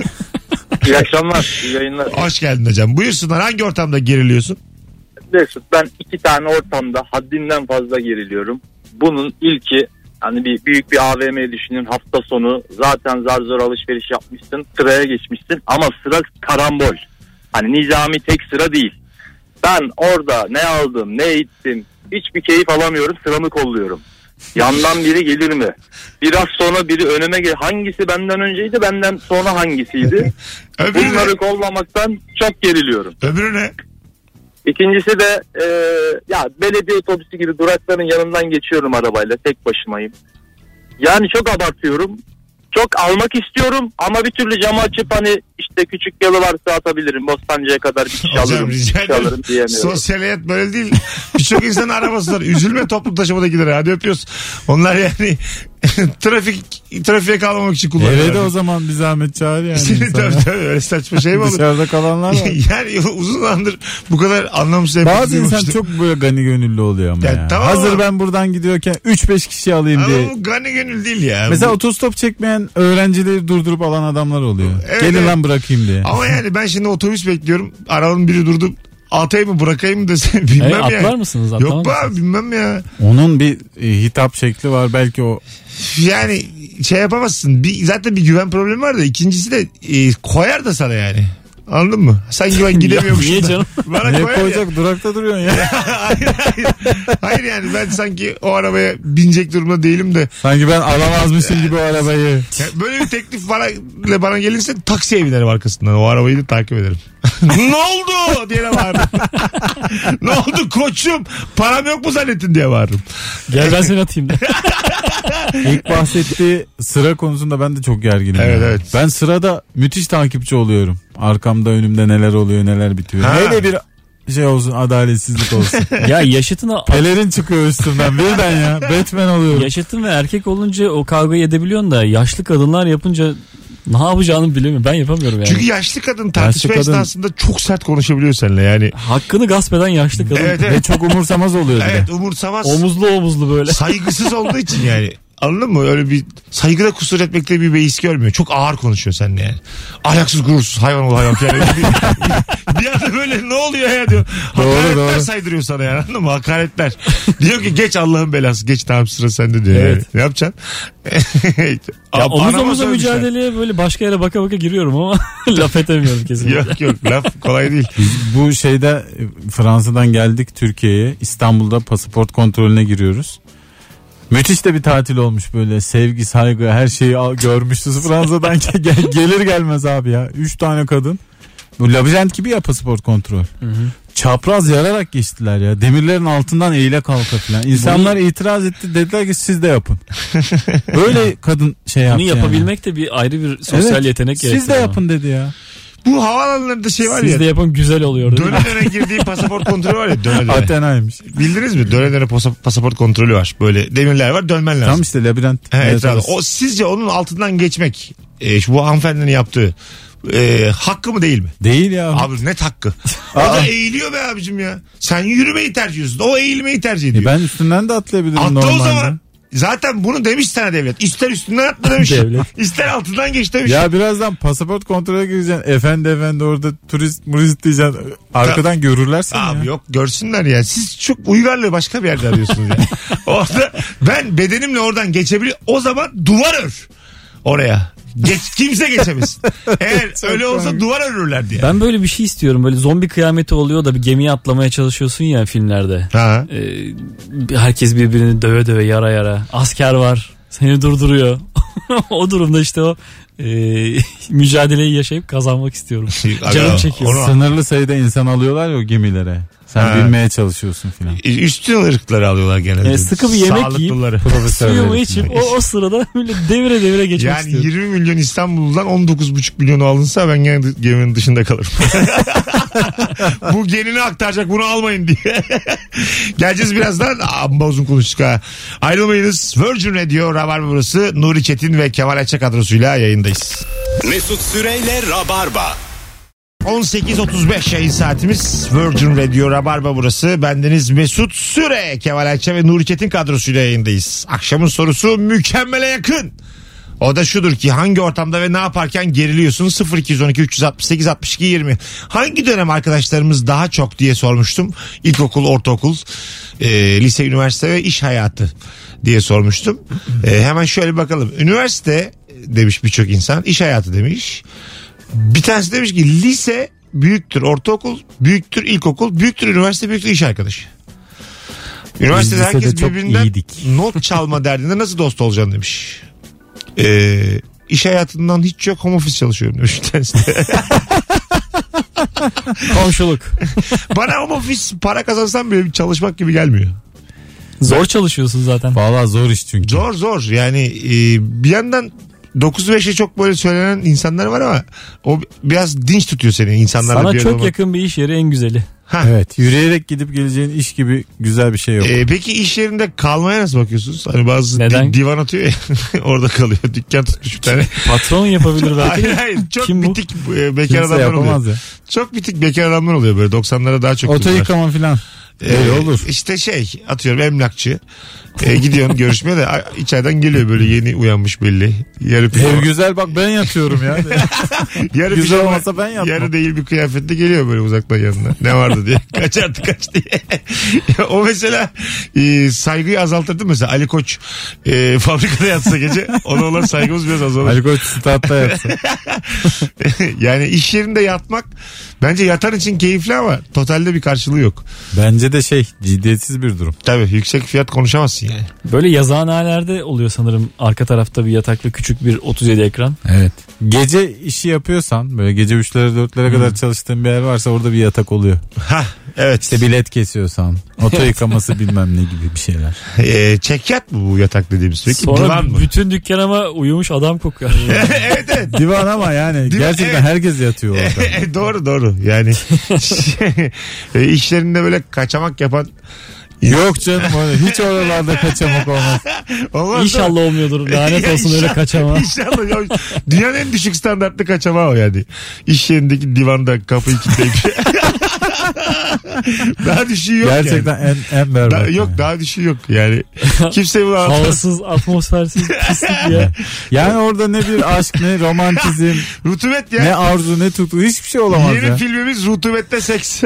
S7: İyi akşamlar, iyi yayınlar.
S2: Hoş geldin hocam. Buyursunlar, hangi ortamda geriliyorsun?
S7: Mesut, ben iki tane ortamda haddinden fazla geriliyorum. Bunun ilki, hani bir büyük bir A V M düşünün, hafta sonu zaten zar zor alışveriş yapmışsın, sıraya geçmişsin ama sıra karambol. Hani nizami tek sıra değil. Ben orada ne aldım, ne ettim, hiçbir keyif alamıyorum, sıramı kolluyorum. Yandan biri gelir mi? Biraz sonra biri önüme gel. Hangisi benden önceydi, benden sonra hangisiydi?
S2: Öbürü
S7: Bunları
S2: ne?
S7: kollamaktan çok geriliyorum.
S2: Öbürü ne?
S7: İkincisi de e, ya belediye otobüsü gibi durakların yanından geçiyorum arabayla, tek başımayım. Yani çok abartıyorum. Çok almak istiyorum ama bir türlü camı açıp hani işte küçük yalı varsa atabilirim, Bostancı'ya kadar bir kişi
S2: Hocam
S7: alırım, bir
S2: rica
S7: kişi alırım
S2: ederim.
S7: diyemiyorum.
S2: Sosyal hayat böyle değil. Birçok insanın arabası var. Üzülme toplu taşımadakilere. Hadi öpüyoruz. Onlar yani trafik trafiğe kalmamak için kullanıyorlar.
S3: Eve de o zaman bir zahmet çağır yani.
S2: Seni
S3: insana.
S2: tabii tabii öyle saçma şey mi olur?
S3: Dışarıda kalanlar var.
S2: Yani uzun zamandır bu kadar anlamsız
S3: Bazı
S2: empati
S3: insan
S2: duymamıştım.
S3: çok böyle gani gönüllü oluyor ama
S2: Ya
S3: ya.
S2: tamam
S3: Hazır
S2: ama-
S3: ben buradan gidiyorken üç beş kişi alayım
S2: Ama
S3: diye.
S2: bu gani gönül değil ya.
S3: Mesela
S2: Bu-
S3: otostop çekmeyen öğrencileri durdurup alan adamlar oluyor.
S2: Evet,
S3: Gelin
S2: evet.
S3: lan bırakayım diye.
S2: Ama yani ben şimdi otobüs bekliyorum. Arabanın biri durdu. Atayım mı bırakayım mı dese bilmem
S4: Evet,
S2: ya.
S4: atlar mısınız? Atlamaz
S2: Yok be
S4: mısınız?
S2: abi, bilmem ya.
S3: Onun bir e, hitap şekli var belki o.
S2: Yani şey yapamazsın. Bir, zaten bir güven problemi var da, ikincisi de e, koyar da sana yani. Anladın mı? Sanki ben gidemiyormuşum.
S4: Niye
S2: da.
S4: canım?
S2: Bana
S3: Ne
S2: koyar ya.
S3: koyacak durakta duruyorsun ya.
S2: hayır, hayır. Hayır yani ben sanki o arabaya binecek durumda değilim de.
S3: Sanki ben alamazmışım gibi o arabayı.
S2: Ya böyle bir teklif bana, bana gelirse taksiye binerim arkasından. O arabayı da takip ederim. Ne oldu diye bağırırım. Ne oldu koçum? Param yok mu zannettin diye bağırırım.
S4: Gel ben seni atayım da.
S3: İlk bahsettiği sıra konusunda ben de çok gerginim.
S2: Evet,
S3: yani.
S2: evet.
S3: Ben sırada müthiş takipçi oluyorum. Arkamda önümde neler oluyor neler bitiyor.
S2: Ha.
S3: Hele bir şey olsun, adaletsizlik olsun.
S4: Ya yaşıtına
S3: Pelerin çıkıyor üstümden birden ya. Batman oluyorum.
S4: yaşıtın ve erkek olunca o kavgayı edebiliyorsun da yaşlı kadınlar yapınca ne yapacağını bilemiyorum. Ben yapamıyorum yani.
S2: Çünkü yaşlı kadın tartışma
S3: Yaşlı kadın-
S2: esnasında çok sert konuşabiliyor seninle yani.
S4: Hakkını gasp eden yaşlı kadın.
S2: Evet
S3: Ve
S2: evet.
S3: çok umursamaz oluyor bir de.
S2: Evet, umursamaz.
S4: Omuzlu omuzlu böyle.
S2: Saygısız olduğu için yani. Anladın mı? Öyle bir saygıda kusur etmekte bir beis görmüyor. Çok ağır konuşuyor seninle yani. Ahlaksız, gurursuz, hayvan ol hayvan. Yani bir, bir anda böyle ne oluyor ya diyor.
S3: Doğru,
S2: Hakaretler
S3: doğru.
S2: saydırıyor sana yani, anladın mı? Hakaretler. Diyor ki geç Allah'ın belası. Geç, tamam sıra sende diyor.
S4: Evet.
S2: Yani. Ne yapacaksın?
S4: Ya omuz
S2: Anama
S4: omuza
S2: sövmüşler.
S4: mücadeleye böyle başka yere baka baka giriyorum ama laf edemiyorum kesinlikle.
S2: Yok yok, laf kolay değil.
S3: Bu şeyde e, Fransa'dan geldik Türkiye'ye. İstanbul'da pasaport kontrolüne giriyoruz. Müthiş de bir tatil olmuş böyle. Sevgi, saygı, her şeyi al, görmüşüz Fransa'dan. Gel, gelir gelmez abi ya. Üç tane kadın. Bu labirent gibi ya pasaport kontrol.
S4: Hı hı.
S3: çapraz yararak geçtiler ya. Demirlerin altından eğile kalka falan. İnsanlar Bunu... itiraz etti. Dediler ki siz de yapın. Böyle kadın şey yaptı.
S4: Bunu yapabilmek yani. De bir ayrı bir sosyal evet, yetenek gerekiyor.
S3: Siz de yapın dedi ya.
S2: Bu havaalanlarında şey var
S4: Siz
S2: ya.
S4: Siz de yapın güzel oluyor.
S2: Döne döne girdiği pasaport kontrolü var ya. Döne döne.
S3: Athena'ymış.
S2: Bildiniz mi? Döne döne pasaport kontrolü var. Böyle demirler var, dönmen lazım.
S3: Tam işte labirent.
S2: Evet, evet, o sizce onun altından geçmek e, şu bu hanımefendinin yaptığı e, hakkı mı değil mi?
S3: Değil ya.
S2: Abi net hakkı. O da eğiliyor be abicim ya. Sen yürümeyi tercih ediyorsun. O eğilmeyi tercih ediyor.
S3: E ben üstünden de atlayabilirim
S2: Atla
S3: normalde.
S2: o zaman. Zaten bunu demiş sana devlet. İster üstünden atla demiş. İster altından geç demiş.
S3: Ya birazdan pasaport kontrole gireceksin. Efendi efendi orada turist murist diyeceksin. Arkadan Ta- görürler seni
S2: Abi
S3: ya.
S2: Yok görsünler ya. Siz çok uygarlığı başka bir yerde arıyorsunuz ya. Orada ben bedenimle oradan geçebiliyorum. O zaman duvar ör. Oraya. Geç, kimse geçemez. Eğer öyle olsa komik. Duvar örürler diye.
S4: Ben böyle bir şey istiyorum. Böyle zombi kıyameti oluyor da bir gemiye atlamaya çalışıyorsun ya filmlerde.
S2: Ha.
S4: Ee, herkes birbirini döve döve yara yara. Asker var. Seni durduruyor. O durumda işte o e, mücadeleyi yaşayıp kazanmak istiyorum. Canım çekiyor.
S3: Onu... Sınırlı sayıda insan alıyorlar ya o gemilere. Sen ha. binmeye çalışıyorsun filan.
S2: Üstün ırkları alıyorlar genelde.
S4: Yani sıkı bir yemek yiyip suyumu içip o, o sırada böyle devire devire geçmek
S2: yani
S4: istiyorum.
S2: Yani yirmi milyon İstanbul'dan on dokuz buçuk milyonu alınsa ben gene geminin dışında kalırım. Bu genini aktaracak, bunu almayın diye. Geleceğiz birazdan. Amma uzun konuştuk ha. Ayrılmayınız. Virgin Radio Rabarba burası. Nuri Çetin ve Kemal Ayça kadrosuyla yayındayız.
S1: Mesut Süreyle Rabarba.
S2: on sekiz otuz beş yayın saatimiz. Virgin Radio Rabarba burası. Bendeniz Mesut Süre, Kemal Ayça ve Nuri Çetin kadrosuyla yayındayız. Akşamın sorusu mükemmele yakın. O da şudur ki hangi ortamda ve ne yaparken geriliyorsun? sıfır iki on iki üç altı sekiz altmış iki yirmi. Hangi dönem arkadaşlarımız daha çok diye sormuştum. İlkokul, ortaokul, e, lise, üniversite ve iş hayatı diye sormuştum. E, hemen şöyle bakalım. Üniversite demiş birçok insan, iş hayatı demiş. Bir tanesi demiş ki lise büyüktür ortaokul, büyüktür ilkokul, büyüktür üniversite, büyüktür iş arkadaşı. Üniversitede herkes birbirinden iyiydik. Not çalma derdinde nasıl dost olacaksın demiş. Ee, iş hayatından hiç yok, home office çalışıyorum demiş bir tanesi de.
S4: Komşuluk.
S2: Bana home office para kazansam bile çalışmak gibi gelmiyor.
S4: Zor çalışıyorsun zaten.
S3: Vallahi zor iş çünkü.
S2: Zor zor yani e, bir yandan dokuz beşe çok böyle söylenen insanlar var ama o biraz dinç tutuyor seni insanlarla.
S4: Sana
S2: bir
S4: çok
S2: olmak.
S4: Yakın bir iş yeri en güzeli.
S2: Ha.
S3: Evet, yürüyerek gidip geleceğin iş gibi güzel bir şey yok.
S2: Ee, peki iş yerinde kalmaya nasıl bakıyorsunuz? Hani bazı
S4: Neden?
S2: Di- divan atıyor ya orada kalıyor. Dükkan tutmuş bir tane.
S4: Patron yapabilir belki.
S2: Hayır hayır. Çok
S4: Kim
S2: bitik e, bekar
S3: Kimse
S2: adamlar oluyor.
S3: Ya.
S2: Çok bitik bekar adamlar oluyor böyle. doksanlara daha çok.
S3: Oto yıkama falan.
S2: Ee, Öyle olur. İşte şey atıyorum emlakçı. E, gidiyorsun görüşmeye de içeriden geliyor böyle yeni uyanmış belli. Yarı
S3: Ev güzel bak ben yatıyorum ya.
S2: Yarı
S3: güzel
S2: pijama,
S3: olmasa ben yatmam.
S2: Yarı değil bir kıyafette geliyor böyle uzaktan yanına. Ne vardı diye. Kaç artı kaç diye. O mesela e, saygıyı azaltırdı mesela. Ali Koç e, fabrikada yatsa gece ona olan saygımız biraz azalır.
S3: Ali Koç statta yatsa.
S2: Yani iş yerinde yatmak bence yatan için keyifli ama totalde bir karşılığı yok.
S3: Bence de şey ciddiyetsiz bir durum.
S2: Tabii yüksek fiyat konuşamazsın yani.
S4: Böyle yazıhanelerde oluyor sanırım arka tarafta bir yataklı küçük bir otuz yedi ekran.
S3: Evet. Gece işi yapıyorsan böyle gece üçlere dörtlere hmm. kadar çalıştığın bir yer varsa orada bir yatak oluyor.
S2: Ha evet.
S3: İşte bilet kesiyorsan oto yıkaması bilmem ne gibi bir şeyler.
S2: Ee, çekyat mı bu yatak dediğimiz? Peki
S4: sonra
S2: divan mı?
S4: Bütün dükkanıma uyumuş adam kokuyor.
S2: Evet evet.
S3: Divan ama yani divan, gerçekten evet. Herkes yatıyor orada.
S2: Doğru doğru yani şey, işlerinde böyle kaçamak yapan.
S3: Yok canım hiç oralarda kaçamak olmaz.
S2: olmaz
S4: İnşallah da. Olmuyordur. Lanet olsun öyle kaçamak.
S2: İnşallah. Ya, dünyanın en düşük standartlı kaçamağı o yani. İş yerindeki divanda kapıyı kilitleyip. Daha düşüğü yok
S3: gerçekten
S2: yani.
S3: en, en berbat.
S2: Daha, yok yani. Daha düşüğü yok yani. Kimse bu
S4: havasız, atmosfersiz, pislik ya.
S3: Yani orada ne bir aşk ne romantizm.
S2: Rutubet ya.
S3: Ne arzu ne tutku hiçbir şey olamaz
S2: Yeni
S3: ya.
S2: filmimiz Rutubette Seks.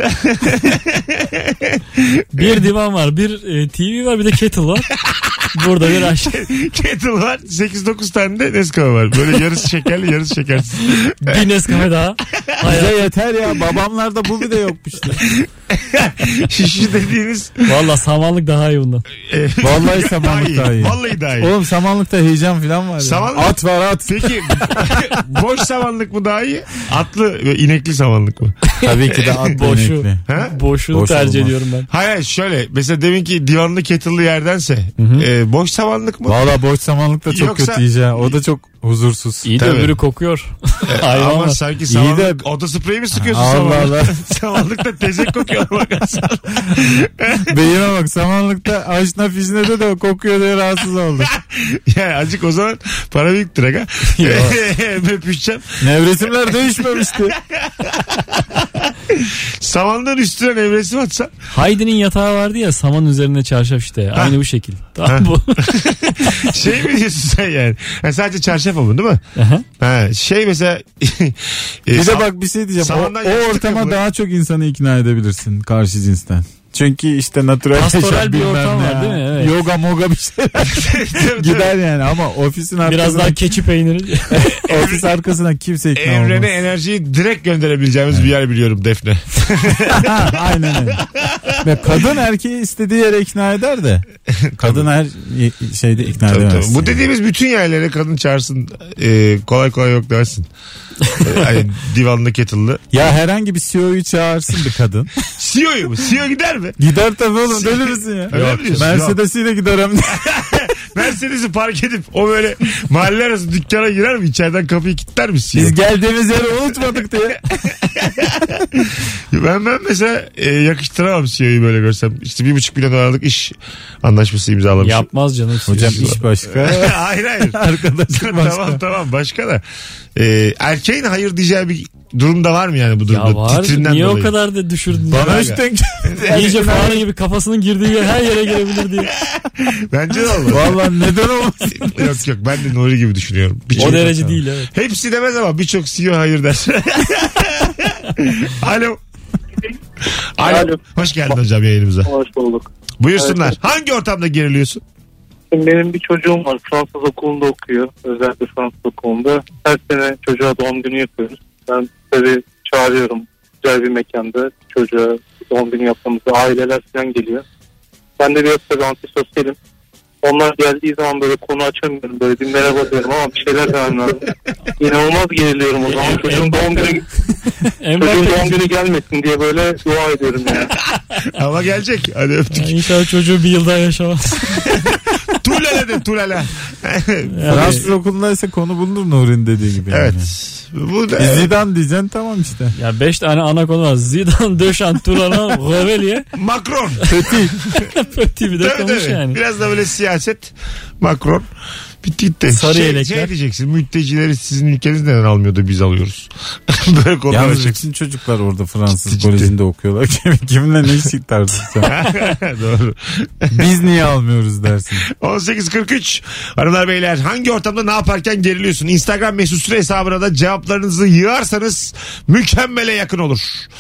S4: Bir divan var, bir e, T V var, bir de kettle var. Burada bir aşk.
S2: Kettle var, sekiz dokuz tane de Nescafe var. Böyle yarısı şekerli yarısı şekersiz.
S4: Bir Nescafe daha.
S3: Bize yeter ya. Babamlarda bu bir de yokmuştu.
S2: Şu dediğiniz.
S4: Valla samanlık daha iyi bundan.
S2: E,
S3: Vallahi samanlık daha iyi.
S2: Vallahi daha iyi.
S3: Oğlum samanlıkta heyecan falan var ya.
S2: Samanlık-
S3: At var at.
S2: Peki boş samanlık mı daha iyi? Atlı ve inekli samanlık mı?
S3: Tabii ki de at
S4: Boşu.
S3: inekli.
S2: Ha?
S4: Boşunu
S3: Boş
S4: tercih
S3: olmaz.
S4: ediyorum ben.
S2: Hayır hayır, şöyle mesela deminki divanlı kettle'lı yerdense e, boş samanlık mı?
S3: Valla boş samanlık da çok
S2: Yoksa-
S3: kötü yiyeceğim. O da çok huzursuz.
S4: İyi de
S2: Tabii.
S4: öbürü kokuyor. Hayvan
S2: Ama
S4: var.
S2: sanki
S3: İyi
S2: samanlık
S3: de-
S2: oda spreyi mi sıkıyorsun
S3: Allah
S2: samanlık?
S3: Allah.
S2: Samanlıkta tezek kokuyor bakarsan.
S3: Beyime bak samanlıkta aşna fişnede de kokuyor diye rahatsız oldum.
S2: Ya azıcık o zaman para biriktir aga. Öpüşeceğim.
S3: Nevresimler değişmemişti.
S2: Samanlığın üstüne nevresim atsan.
S4: Haydi'nin yatağı vardı ya, saman üzerine çarşaf işte. Aynı bu şekil. Tamam bu.
S2: Şey mi diyorsun sen yani? Ha, sadece çarşaf mı değil mi?
S4: Aha.
S2: Ha, şey mesela. e,
S3: Bir de
S2: sam-
S3: bak bir şey diyeceğim. O,
S2: samandan
S3: o
S2: yastık
S3: ortama
S2: yapılır.
S3: daha çok insanı ikna edebilirsin karşı cinsten. Çünkü işte natural
S4: Pastoral
S3: yaşam
S4: bir
S3: bilmem
S4: ortam
S3: ne
S4: var
S3: ya.
S4: değil mi? Evet.
S3: Yoga moga bir şey gider yani ama ofisin
S4: Biraz
S3: arkasına,
S4: daha keçi peyniri.
S3: ofis arkasına kimse ikna
S2: Evrene
S3: olmaz.
S2: enerjiyi direkt gönderebileceğimiz bir yer biliyorum, Defne.
S3: Aynen öyle. Ve kadın erkeği istediği yere ikna eder de kadın her y- şeyde ikna
S2: Tabii,
S3: edemez.
S2: tabii. Bu dediğimiz bütün yerlere kadın çağırsın. e, kolay kolay yok dersin. E, hani divanlı kettle'lı.
S3: Ya herhangi bir C E O'yu çağırsın bir kadın.
S2: C E O'yu mu? C E O gider mi?
S3: Gider tabii oğlum, deli misin ya?
S2: Öyle mi diyorsun?
S3: Mercedes'iyle gider hem de.
S2: Mercedes'i park edip o böyle mahalle arası dükkana girer mi? İçeriden kapıyı kilitler mi C E O?
S3: Biz geldiğimiz yeri unutmadık diye.
S2: Ben ben mesela e, yakıştıramam C E O'yu böyle görsem. İşte bir buçuk milyon dolarlık iş anlaşması imzalamış.
S4: Yapmaz canım.
S3: Hocam iş başka.
S2: hayır hayır.
S3: Arkadaşlık başka.
S2: Tamam tamam başka da. E, erkeğin hayır diyeceği bir durumda var mı yani bu durumda?
S4: Ya var.
S2: Titrinden
S4: Niye
S2: dolayı.
S4: o kadar da düşürdün?
S3: Bana
S4: ya?
S3: hiç denk
S4: İyice fare gibi kafasının girdiği yer her yere girebilir diye.
S2: Bence de olmaz.
S3: Valla neden olmasın?
S2: yok yok, ben de Nuri gibi düşünüyorum. Birçok-
S4: O derece değil evet.
S2: Hepsi demez ama birçok C E O hayır der. Alo. Alo.
S5: Alo.
S2: Hoş geldin hocam yayınımıza.
S5: Hoş bulduk.
S2: Buyursunlar. Hangi ortamda geriliyorsun?
S5: Şimdi benim bir çocuğum var. Fransız okulunda okuyor. Özellikle Fransız okulunda. Her sene çocuğa doğum günü yapıyoruz. Ben tabii çağırıyorum. Güzel bir mekanda çocuğa doğum günü yaptığımızda aileler falan geliyor. Ben de biraz tabii antisosyalim. Onlar geldiği zaman böyle konu açamıyorum. Böyle bir merhaba diyorum ama bir şeyler demem lazım. İnanılmaz geriliyorum o zaman. Çocuğun doğum günü,
S4: En
S5: çocuğun
S4: başta
S5: doğum günü gelmesin diye böyle dua ediyorum yani.
S2: Ama gelecek. Hadi öptük.
S4: İnşallah çocuğu bir yıl daha yaşamaz.
S2: Tulala de tulala.
S3: Fransız okulundaysa konu bulunur Nuri'nin dediği gibi.
S2: Evet.
S3: Yani.
S2: Bu da
S3: E, Zidane diyeceksin tamam işte.
S4: Ya beş tane ana konu var. Zidane, Döşan, Turana, Roveliye.
S2: Macron.
S4: Pötü bir de
S2: Tabii,
S4: konuş
S2: tabii.
S4: yani.
S2: Biraz da böyle siyaset. Macron. Bitti gitti.
S4: Sarı
S2: şey,
S4: yelekler.
S2: şey diyeceksin. Mültecileri sizin ülkeniz neden almıyordu, biz alıyoruz. Böyle konular
S3: Yalnız
S2: açacaksın.
S3: bütün çocuklar orada Fransız
S2: Ciddi, ciddi.
S3: kolejinde okuyorlar. Kim, kiminle ne iş tartışsan.
S2: Doğru.
S3: Biz niye almıyoruz dersin.
S2: on sekiz kırk üç hanımlar beyler, hangi ortamda ne yaparken geriliyorsun? Instagram mesut süre hesabına da cevaplarınızı yığarsanız mükemmele yakın olur.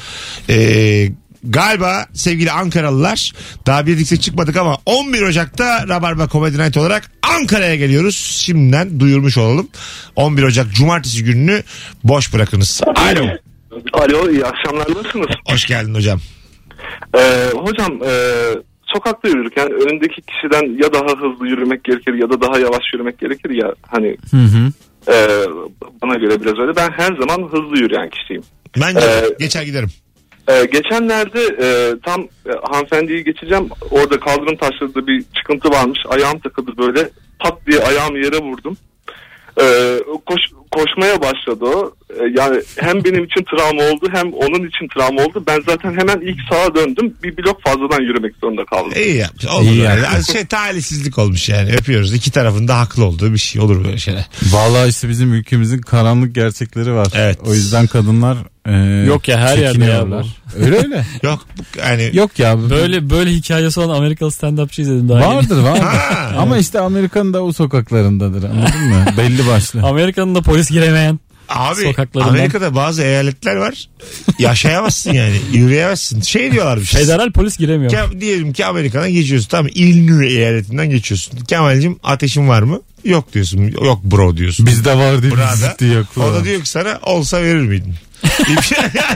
S2: Ee, galiba sevgili Ankaralılar, daha birlikte çıkmadık ama on bir Ocak'ta Rabarba Comedy Night olarak Ankara'ya geliyoruz. Şimdiden duyurmuş olalım. on bir Ocak Cumartesi gününü boş bırakınız. Alo.
S8: Alo, iyi akşamlar, nasılsınız?
S2: Hoş geldin hocam.
S8: Ee, hocam e, sokakta yürürken önündeki kişiden ya daha hızlı yürümek gerekir ya da daha yavaş yürümek gerekir ya, hani
S3: Hı hı.
S8: e, bana göre biraz öyle. Ben her zaman hızlı yürüyen kişiyim.
S2: Ben de
S8: Ee,
S2: geçer giderim.
S8: Ee, geçenlerde e, tam e, hanımefendiyi geçeceğim. Orada kaldırım taşlarında bir çıkıntı varmış. Ayağım takıldı böyle. Pat diye ayağımı yere vurdum. Ee, koş, koşmaya başladı o. Ee, yani hem benim için travma oldu hem onun için travma oldu. Ben zaten hemen ilk sağa döndüm. Bir blok fazladan yürümek zorunda kaldım.
S2: İyi yaptın. Olur
S3: İyi
S2: öyle.
S3: yaptın.
S2: Şey, talihsizlik olmuş yani. Öpüyoruz. İki tarafın da haklı olduğu bir şey olur böyle şeyler.
S3: Vallahi işte bizim ülkemizin karanlık gerçekleri var.
S2: Evet.
S3: O yüzden kadınlar e,
S4: Yok ya, her yerde ya
S3: çekiniyorlar. Öyle öyle.
S2: Yok bu- yani
S3: Yok ya.
S4: Böyle böyle hikayesi olan Amerikalı stand-upçı izledim daha yeni.
S3: Vardır vardır.
S2: Ha.
S3: Ama işte Amerika'nın da o sokaklarındadır, anladın mı? Belli başlı.
S4: Amerika'nın da polis giremeyen.
S2: abi
S4: Sokaklarından.
S2: Amerika'da bazı eyaletler var. Yaşayamazsın yani. Yürüyemezsin. Şey diyorlarmış.
S4: Federal polis giremiyor.
S2: Ke- diyelim ki Amerika'dan geçiyorsun. Tamam, Illinois eyaletinden geçiyorsun. Kemal'cim ateşin var mı? Yok diyorsun. Yok bro diyorsun.
S3: Bizde var değil mi?
S2: Burada.
S3: Ciddi yakıyor.
S2: O da diyor ki sana olsa verir miydin? If,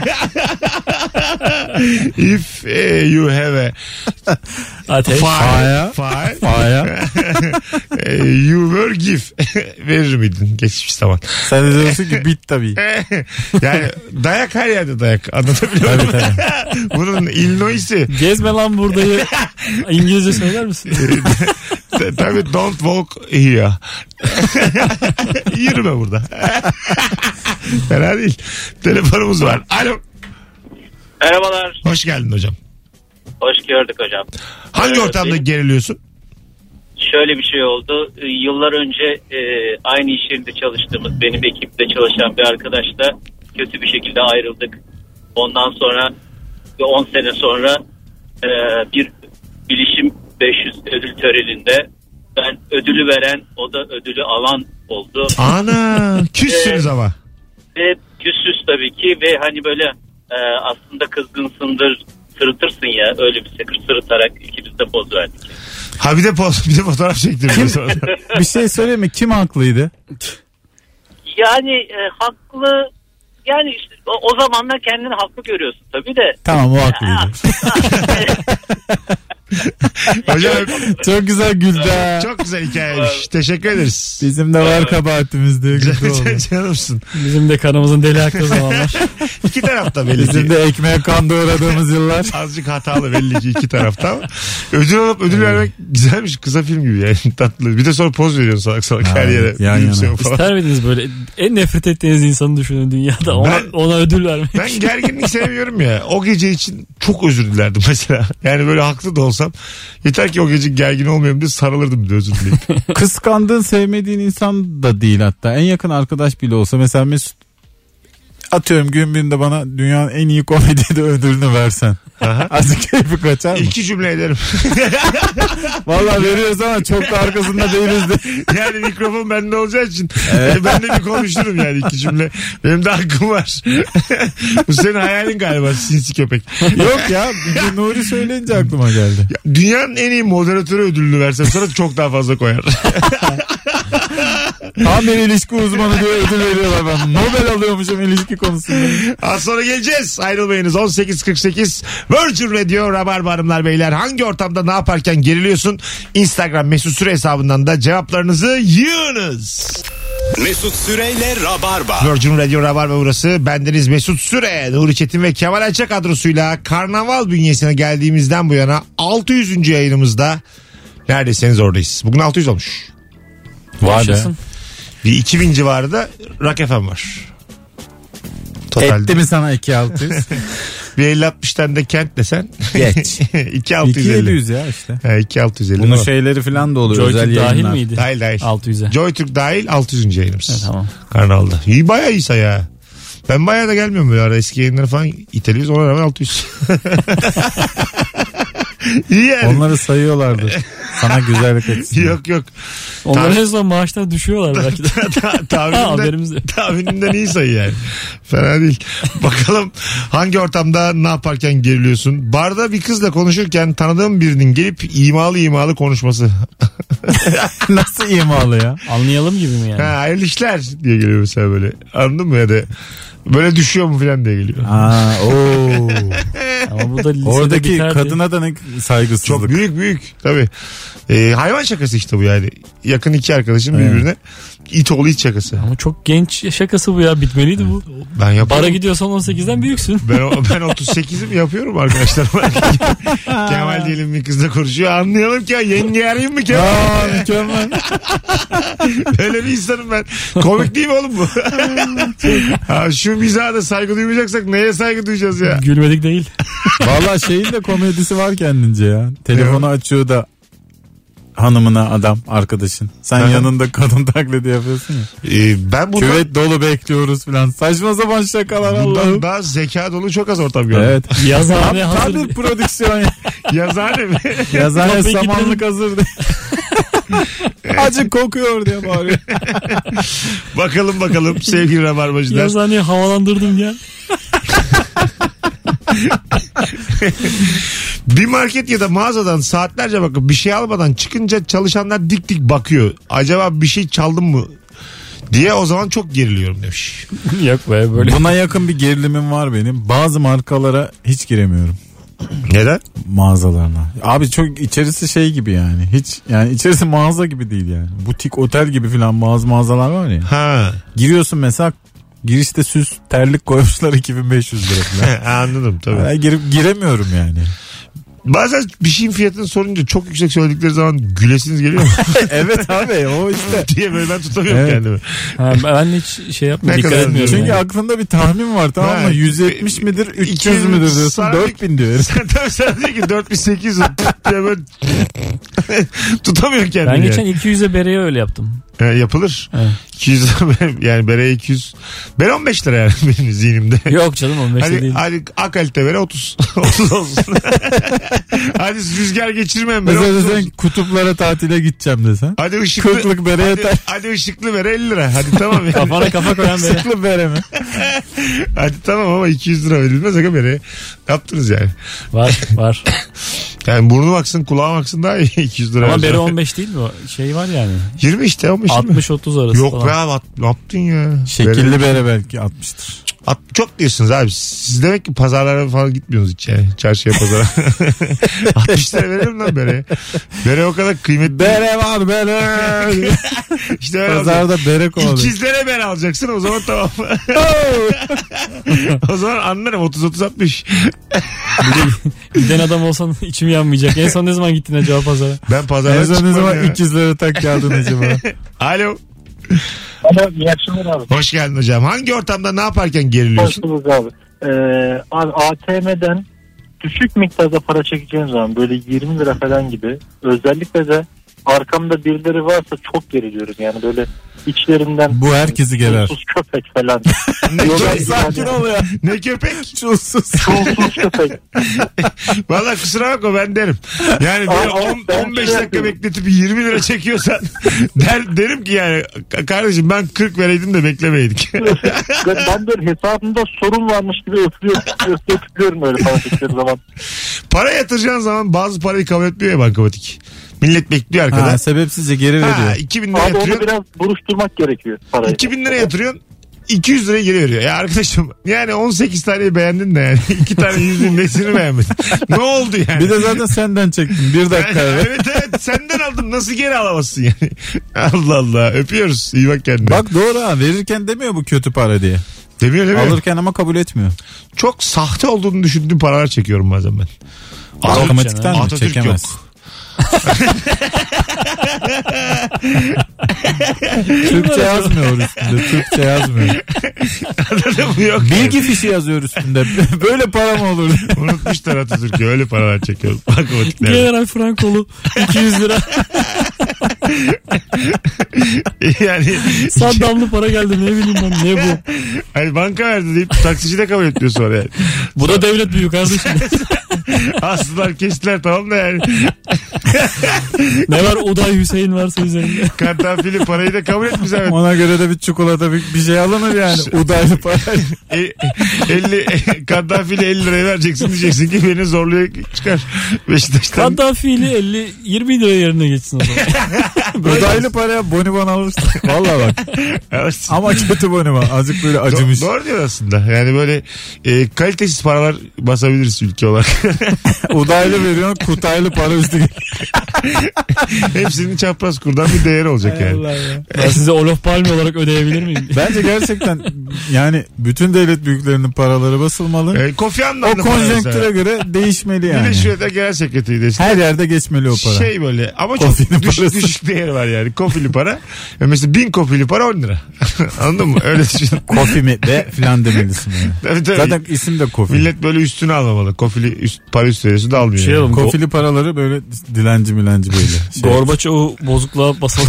S2: if eh, you have a
S4: Ateş.
S2: fire, fire,
S3: Fire.
S2: eh, you were give. Verir miydin geçmiş zaman?
S3: Sen de diyorsun ki bit tabii.
S2: Yani dayak her yerde dayak. Anlatabiliyor muyum? Bunun Illinois'i.
S4: Gezme lan buradayı. İngilizce söyler misin?
S2: Tabii don't walk here. Yürüme burada. Fena değil. Telefonumuz var. Alo.
S9: Merhabalar.
S2: Hoş geldin hocam.
S9: Hoş gördük hocam.
S2: Hangi
S9: Ee,
S2: ortamda
S9: benim-
S2: geriliyorsun?
S9: Şöyle bir şey oldu. Ee, Yıllar önce e, aynı iş yerinde çalıştığımız, benim ekipte çalışan bir arkadaşla kötü bir şekilde ayrıldık. Ondan sonra on sene sonra e, bir bilişim beş yüz ödül töreninde ben ödülü veren, o da ödülü alan oldu.
S2: Ana küssünüz ama.
S9: Ve küsüz tabii ki ve hani böyle e, aslında kızgınsındır, sırıtırsın ya, öyle bir sekır sırıtarak ikimiz de poz verdik.
S2: Ha bir de, poz, bir de fotoğraf çektirdim sonra.
S3: Bir şey söyleyeyim mi? Kim haklıydı?
S9: Yani e, haklı, yani işte o, o zamanlar kendini haklı görüyorsun tabii de.
S3: Tamam, o haklıydı.
S2: Hocam
S3: Çok güzel güldü ha.
S2: çok güzel hikayemiş. Teşekkür ederiz.
S3: Bizim de var kabahatimiz diye güldü oldu.
S2: Canımsın.
S4: Bizim de kanımızın deli aktığı zamanlar.
S2: İki tarafta belli
S3: Bizim
S2: ki.
S3: de ekmeğe kan doğradığımız yıllar.
S2: Azıcık hatalı belli ki iki tarafta ama ödül alıp ödül vermek güzelmiş. Kısa film gibi yani, tatlı. Bir de sonra poz veriyorsun salak salak her
S3: Ha,
S2: yere.
S3: yan yana.
S2: Gülümsüyor falan.
S4: İster miydiniz böyle en nefret ettiğiniz insanı düşünün dünyada, ona,
S2: Ben-
S4: ona ödül vermek?
S2: Ben gerginlik sevmiyorum ya. O gece için çok özür dilerdim mesela. Yani böyle haklı da olsam. Yeter ki o gece gergin olmayayım diye sarılırdım bir de özür dileyip.
S3: Kıskandığın, sevmediğin insan da değil hatta. En yakın arkadaş bile olsa, mesela Mesut, atıyorum gün birinde bana dünyanın en iyi komedide ödülünü versen.
S2: Aha.
S3: Azıcık keyfi kaçar mı?
S2: İki cümle ederim.
S3: Vallahi veriyoruz ama çok da arkasında değiliz de.
S2: Yani mikrofon bende olacağı için ben de bir konuşurum yani iki cümle. Benim de hakkım var. Bu senin hayalin galiba, sinsi köpek.
S3: Yok ya, bir de Nuri söyleyince aklıma geldi.
S2: Ya, dünyanın en iyi moderatörü ödülünü versem sonra çok daha fazla koyar.
S3: Tam bir ilişki uzmanı diye ödül veriyorlar bana. Nobel alıyormuşum ilişki konusunda.
S2: Az sonra geleceğiz. Ayrılmayınız. on sekiz kırk sekiz Virgin Radio Rabarba hanımlar beyler. Hangi ortamda ne yaparken geriliyorsun? Instagram Mesut Süre hesabından da cevaplarınızı yığınız.
S1: Mesut Süreyle Rabarba.
S2: Virgin Radio Rabarba burası. Bendeniz Mesut Süre, Nuri Çetin ve Kemal Ayça kadrosuyla karnaval bünyesine geldiğimizden bu yana altı yüzüncü yayınımızda neredesiniz oradayız. Bugün altı yüz olmuş.
S3: Var be.
S4: Yaşasın.
S2: Bir iki bin civarı da Rock F M var. Totalde.
S3: Etti mi sana iki altı yüz?
S2: Bir elli altmış tane de kent desen.
S3: Geç.
S2: iki altı
S3: iki
S2: yüz
S3: yedi
S2: elli.
S3: yüz ya işte.
S2: Ha, iki altı yüz elli.
S3: Bunun
S2: var.
S3: şeyleri falan da oluyor. Özel
S4: Joytürk dahil
S3: yayınlar.
S4: miydi?
S2: Dahil dahil.
S4: altı yüze.
S2: Joytürk dahil altı yüzüncü yayınımız.
S4: Evet, tamam.
S2: Karnaval'da. İyi, bayağı iyi sayı ha. Ben bayağı da gelmiyorum böyle ara, eski yayınları falan iteliyoruz, ona rağmen altı yüz. İyi yani.
S3: Onları sayıyorlardır. Sana güzellik etsin.
S2: Yok yok.
S4: Onların
S2: Tabii.
S4: en son maaşlar düşüyorlar belki de.
S2: Ta-
S4: Ha, haberimiz
S2: tahminimden,
S4: yok.
S2: tahminimden iyi sayı yani. Fena değil. Bakalım hangi ortamda ne yaparken geriliyorsun? Barda bir kızla konuşurken tanıdığım birinin gelip imalı imalı konuşması.
S3: Nasıl imalı ya?
S4: Anlayalım gibi mi yani?
S2: Ha, hayırlı işler diye geliyor mesela böyle. Anladın mı, ya da böyle düşüyor mu falan diye geliyor.
S3: Aa, oo.
S4: Ama bu da lisede
S3: Oradaki
S4: biterdi.
S3: kadına da ne saygısızlık.
S2: Çok büyük büyük tabii. Ee, hayvan şakası işte bu yani. Yakın iki arkadaşım
S3: Evet.
S2: birbirine it oğlu it şakası.
S4: Ama çok genç şakası bu ya, bitmeliydi bu.
S2: Ben yapıyorum.
S4: Bara gidiyorsan on sekizden büyüksün.
S2: Ben, o- ben otuz sekizim yapıyorum arkadaşlar. Kemal diyelim bir kızla konuşuyor. Anlayalım ki ya, yenge arayayım mı Kemal?
S3: Aa, mükemmel.
S2: Öyle bir insanım ben. Komik değil mi oğlum bu? Ha, şu mizaha da saygı duymayacaksak neye saygı duyacağız ya?
S4: Gülmedik değil.
S3: Valla şeyin de komedisi var kendince ya. Telefonu açıyor da hanımına adam arkadaşın. Sen
S2: Aha.
S3: yanında kadın taklidi yapıyorsun ya.
S2: Ee, ben bundan,
S3: Küvet dolu bekliyoruz falan. Saçma sapan şakalar
S2: bundan
S3: Allah'ım.
S2: daha zeka dolu çok az ortam gördüm.
S3: Evet.
S4: Yazıhane
S3: Tam,
S4: hazır.
S3: tam bir prodüksiyon ya.
S2: Yazıhane mi?
S3: Yazıhane
S4: Kapıyı
S3: samanlık hazır diye. Acı kokuyor diye bağırıyor.
S2: Bakalım bakalım sevgili Rabarbacılar.
S4: Yazıhaneyi havalandırdım ya.
S2: Bir market ya da mağazadan saatlerce bakıp bir şey almadan çıkınca çalışanlar dik dik bakıyor. Acaba bir şey çaldım mı diye o zaman çok geriliyorum demiş.
S4: Yok be böyle.
S3: Buna yakın bir gerilimim var benim. Bazı markalara hiç giremiyorum.
S2: Neden?
S3: Mağazalarına. Abi çok içerisi şey gibi yani. Hiç yani içerisi mağaza gibi değil yani. Butik otel gibi falan bazı mağazalar var ya.
S2: Ha.
S3: Giriyorsun mesela, girişte süs terlik koymuşlar iki bin beş yüz lira falan.
S2: Anladım tabii.
S3: Ben girip giremiyorum yani.
S2: Bazen bir şeyin fiyatını sorunca çok yüksek söyledikleri zaman gülesiniz geliyor mu?
S3: Evet abi, o işte.
S2: diye böyle ben tutamıyorum
S3: Evet.
S2: kendimi.
S4: Ha, ben hiç şey yapmıyorum.
S2: Ne
S4: Dikkat
S2: kadar
S4: etmiyorum.
S3: Çünkü
S4: yani.
S3: aklında bir tahmin var, tamam
S2: Ha,
S3: mı? yüz yetmiş midir üç yüz müdür diyorsun,
S2: Sana
S3: dört bin diyor.
S2: Sen tabii sen diyor ki dört bin sekiz yüz diye böyle tutamıyorsun kendini.
S4: Ben
S2: yani.
S4: geçen iki yüze bereye öyle yaptım.
S2: E, yapılır.
S4: Evet.
S2: iki yüz yani bereye iki yüz. Bere on beş lira yani benim zihnimde.
S4: Yok canım on beşte
S2: Hadi,
S4: değil.
S2: hadi A kalite bere otuz. otuz olsun. Hadi rüzgar geçirmeyen bere
S3: Mesela
S2: otuz
S3: sen
S2: olsun.
S3: kutuplara tatile gideceğim desen.
S2: Hadi ışıklı.
S3: Kırklık bere
S2: hadi,
S3: yeter.
S2: hadi ışıklı bere elli lira. Hadi tamam yani.
S4: Kafana kafa koyan bere.
S3: Sıklı bere mi?
S2: Hadi tamam ama iki yüz lira verilmez aga bereye. Yaptınız yani.
S4: Var var.
S2: Yani burnu baksın kulağa baksın daha iyi iki yüz lira.
S4: Ama
S2: vereceğim.
S4: bere on beş değil mi? O şey var yani.
S2: yirmi işte on beş yirmi.
S4: altmış otuz arası
S2: Yok
S4: falan.
S2: be abi at- ne yaptın ya?
S3: Şekilli
S2: Bere-
S3: bere belki altmıştır.
S2: At, çok diyorsunuz abi. Siz demek ki pazarlara falan gitmiyorsunuz hiç yani. Çarşıya pazara. altmış lira veririm lan bereye. Bere o kadar kıymetli.
S3: Bere var bere.
S2: İşte öyle olacak.
S3: Pazarda bere kovalıyor.
S2: İkizlere bere alacaksın o zaman tamam. O zaman anlarım otuz otuz altmış.
S4: Giden adam olsan içim yanmayacak. En son ne zaman gittin acaba pazara?
S2: Ben pazara
S3: En son ne
S2: çıkmam
S3: zaman
S2: ya.
S3: ikizlere tak geldin acaba?
S2: Alo.
S6: Alo, iyi akşamlar abi.
S2: Hoş geldin hocam. Hangi ortamda ne yaparken geriliyorsun?
S6: Hoş bulduk abi. Ee, abi A T M'den düşük miktarda para çekeceğim zaman böyle yirmi lira falan gibi, özellikle de arkamda birileri varsa çok geriliyorum. Yani böyle içlerinden
S3: Bu herkesi gerer.
S6: çulsuz köpek falan.
S2: Çok
S3: Sakin ol ya.
S2: Ne köpek?
S3: Çulsuz.
S6: Çulsuz köpek.
S2: Valla kusura bakma ben derim. Yani
S6: Aa,
S2: beni
S6: aa,
S2: on,
S6: ben
S2: on beş
S6: şey
S2: dakika
S6: yapıyorum.
S2: bekletip yirmi lira çekiyorsan der, derim ki yani kardeşim ben kırk vereydim de beklemeydik.
S6: ben, ben böyle hesabımda sorun varmış gibi öpüyorum, öpüyorum, öpüyorum öyle para çektiğim zaman.
S2: Para yatıracağın zaman bazı parayı kabul etmiyor ya bankamatik. Millet bekliyor arkada.
S3: Ha, sebepsizce geri
S2: Ha,
S3: veriyor.
S2: iki bin lira
S6: Abi onu
S2: yatırıyorsun.
S6: biraz buruşturmak gerekiyor parayı.
S2: iki bin lira yatırıyorsun. iki yüz liraya geri veriyor. Ya arkadaşım yani on sekiz taneyi beğendin de yani iki tane yüz bin nesini beğenmedin. Ne oldu yani?
S3: Bir de zaten senden çektim. Bir dakika.
S2: Yani, evet evet senden aldım nasıl geri alamazsın yani. Allah Allah öpüyoruz iyi bak kendine.
S3: Bak doğru ha, verirken demiyor bu kötü para diye.
S2: Demiyor değil mi?
S3: Alırken ama kabul etmiyor.
S2: Çok sahte olduğunu düşündüğüm paralar çekiyorum bazen ben. Atatürk-
S3: Otomatikten mi?
S2: Atatürk
S3: Çekemez.
S2: yok.
S3: Türkçe yazmıyor üstünde. Türkçe yazmıyor.
S2: Anladın mı? Yok.
S3: Bilgi fişi yazıyor üstünde. Böyle para mı olur?
S2: Unutmuşlar Atatürk'ü öyle paralar çekiyorum. Bankamatikler.
S4: General Frankolu iki yüz lira.
S2: Yani
S4: Saddamlı para geldi ne bileyim ben ne bu.
S2: hani banka verdi deyip taksici de kabul etmiyor sonra yani.
S4: Bu da devlet büyük kardeşim.
S2: Aslılar kestiler tamam da yani.
S4: Ne var Uday Hüseyin varsa üzerinde.
S2: Kartafili parayı da kabul etmiş evet.
S3: Ona göre de bir çikolata bir, bir şey alınır yani. Udaylı para.
S2: E, elli Kaddafi'li elli liraya vereceksin diyeceksin ki beni zorluyor çıkar. Beşiktaş'tan.
S4: Kaddafi'li elli yirmi lira yerine geçsin o zaman.
S3: Udaylı paraya bonibon alırsın. Valla bak.
S2: Evet.
S3: Ama kötü bonibon. Azıcık böyle acımış.
S2: Do- doğru diyor aslında. Yani böyle e, kalitesiz paralar basabiliriz ülke olarak.
S3: Udaylı veriyorsun, kutaylı para üstü geliyor.
S2: Hepsinin çapraz kurdan bir değeri olacak yani.
S3: Allah ya.
S4: Ben size Olof Palme olarak ödeyebilir miyim?
S3: Bence gerçekten yani bütün devlet büyüklerinin paraları basılmalı.
S2: E, Kofi
S3: O
S2: Annan'ın
S3: konjonktüre göre değişmeli yani.
S2: Birleşmiş Milletler Genel Sekreteri de işte.
S3: Her yerde geçmeli o para.
S2: Şey böyle ama
S3: Kofinin
S2: çok düş,
S3: parası.
S2: düşük değeri var yani. Kofili para. Ya mesela bin kofili para on lira. Anladın mı? Öyle düşün.
S3: Kofi mi be filan demelisin yani.
S2: Tabii, tabii.
S3: Zaten isim de kofi.
S2: Millet böyle üstüne almamalı. Kofili üst, para üstü veriyorsun da almıyor.
S4: Şey
S2: yani.
S4: alalım.
S3: Kofili paraları böyle dilenci milenci böyle. Şey.
S4: Gorbaçov'u bozukluğa basalım.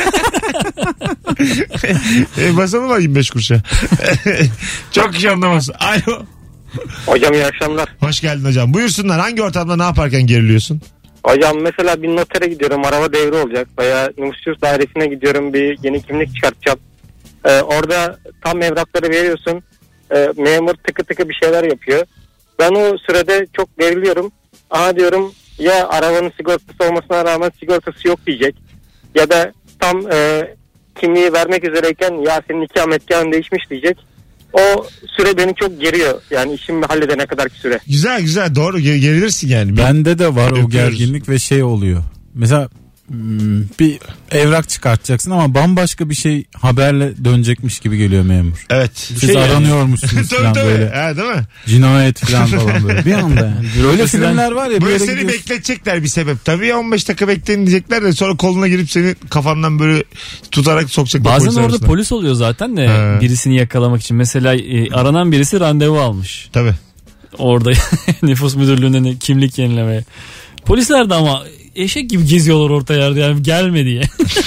S2: E, basalım var yirmi beş kuruşa. Çok kişi anlamaz. Alo.
S10: Hocam iyi akşamlar.
S2: Hoş geldin hocam. Buyursunlar. Hangi ortamda ne yaparken geriliyorsun?
S10: Hocam mesela bir notere gidiyorum, araba devri olacak veya nüfus dairesine gidiyorum, bir yeni kimlik çıkartacağım. Ee, orada tam evrakları veriyorsun. Ee, memur tıkı tıkı bir şeyler yapıyor. Ben o sürede çok geriliyorum. Aha diyorum ya arabanın sigortası olmasına rağmen sigortası yok diyecek. Ya da tam e, kimliği vermek üzereyken ya senin ikametgahın değişmiş diyecek. O süre beni çok geriyor. Yani işimi halledene kadarki süre.
S2: Güzel güzel doğru ger- gerilirsin yani.
S3: Bende de var o
S2: Öpüyoruz.
S3: gerginlik ve şey oluyor. Mesela bir evrak çıkartacaksın ama bambaşka bir şey haberle dönecekmiş gibi geliyor memur.
S2: Evet.
S3: Siz
S4: şey
S3: aranıyormuşsunuz
S2: Tabii
S3: falan
S2: tabii.
S3: böyle.
S2: Ha, değil mi?
S3: Cinayet falan falan böyle. Bir anda yani. Öyle filmler var ya.
S2: Böyle
S3: Böyle
S2: seni
S3: gidiyorsun.
S2: bekletecekler bir sebep. Tabii ya on beş dakika bekleyin diyecekler de sonra koluna girip seni kafandan böyle tutarak sokacaklar.
S4: Bazen
S2: polis
S4: orada
S2: arasına.
S4: polis oluyor zaten de
S2: Ha.
S4: birisini yakalamak için. Mesela e, aranan birisi randevu almış.
S2: Tabii.
S4: Orada nüfus müdürlüğünden kimlik yenilemeye. Polisler de ama eşek gibi geziyorlar orta yerde yani gelme diye.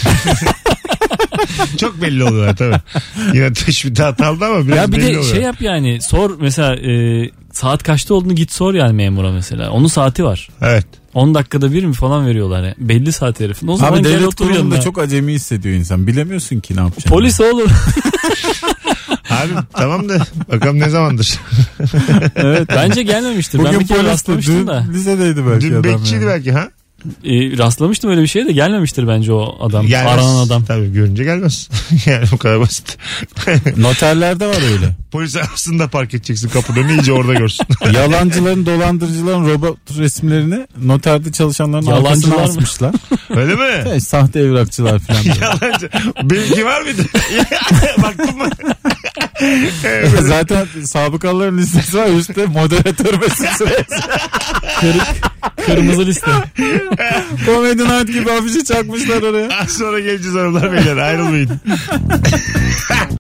S2: Çok belli oluyorlar tabii. Yine teşbih hatalı ama biraz
S4: Ya bir
S2: belli
S4: de
S2: oluyor.
S4: şey yap yani sor mesela e, saat kaçta olduğunu git sor yani memura mesela. Onun saati var.
S2: Evet.
S4: on dakikada bir mi falan veriyorlar ya. Belli saat herifin. O zaman
S3: Abi
S4: gel
S3: devlet
S4: otur
S3: kurumunda
S4: yanına.
S3: çok acemi hissediyor insan. Bilemiyorsun ki ne yapacaksın.
S4: Polis olur.
S2: Abi tamam da bakalım ne zamandır.
S4: Evet bence gelmemiştir. ben
S3: Bugün
S4: bir kere
S3: polis de
S4: rastlamıştım
S3: dün
S4: da.
S3: lisedeydi belki
S2: Dün
S3: adam.
S2: bekçiydi
S3: yani.
S2: belki ha?
S4: E, rastlamıştım öyle bir şeye de gelmemiştir bence o adam.
S2: Gelmez.
S4: Aranan adam.
S2: Tabii görünce gelmez. Yani bu kadar basit.
S3: Noterlerde var öyle.
S2: Polis arasında park edeceksin kapının önüne iyice orada görsün.
S3: Yalancıların, dolandırıcıların robot resimlerini noterde çalışanların
S4: Yalancılar
S3: arkasına
S4: mı?
S3: asmışlar.
S2: Öyle mi?
S3: Evet, sahte evrakçılar falan.
S2: Yalancı. Benimki var mıydı? Baktın mı?
S3: Zaten sabıkaların listesi var üstte moderatör mesajı.
S4: Kırmızı liste.
S3: Comedy Night gibi afişi çakmışlar oraya.
S2: Az sonra geleceğiz hanımlar beyler ayrılmayın.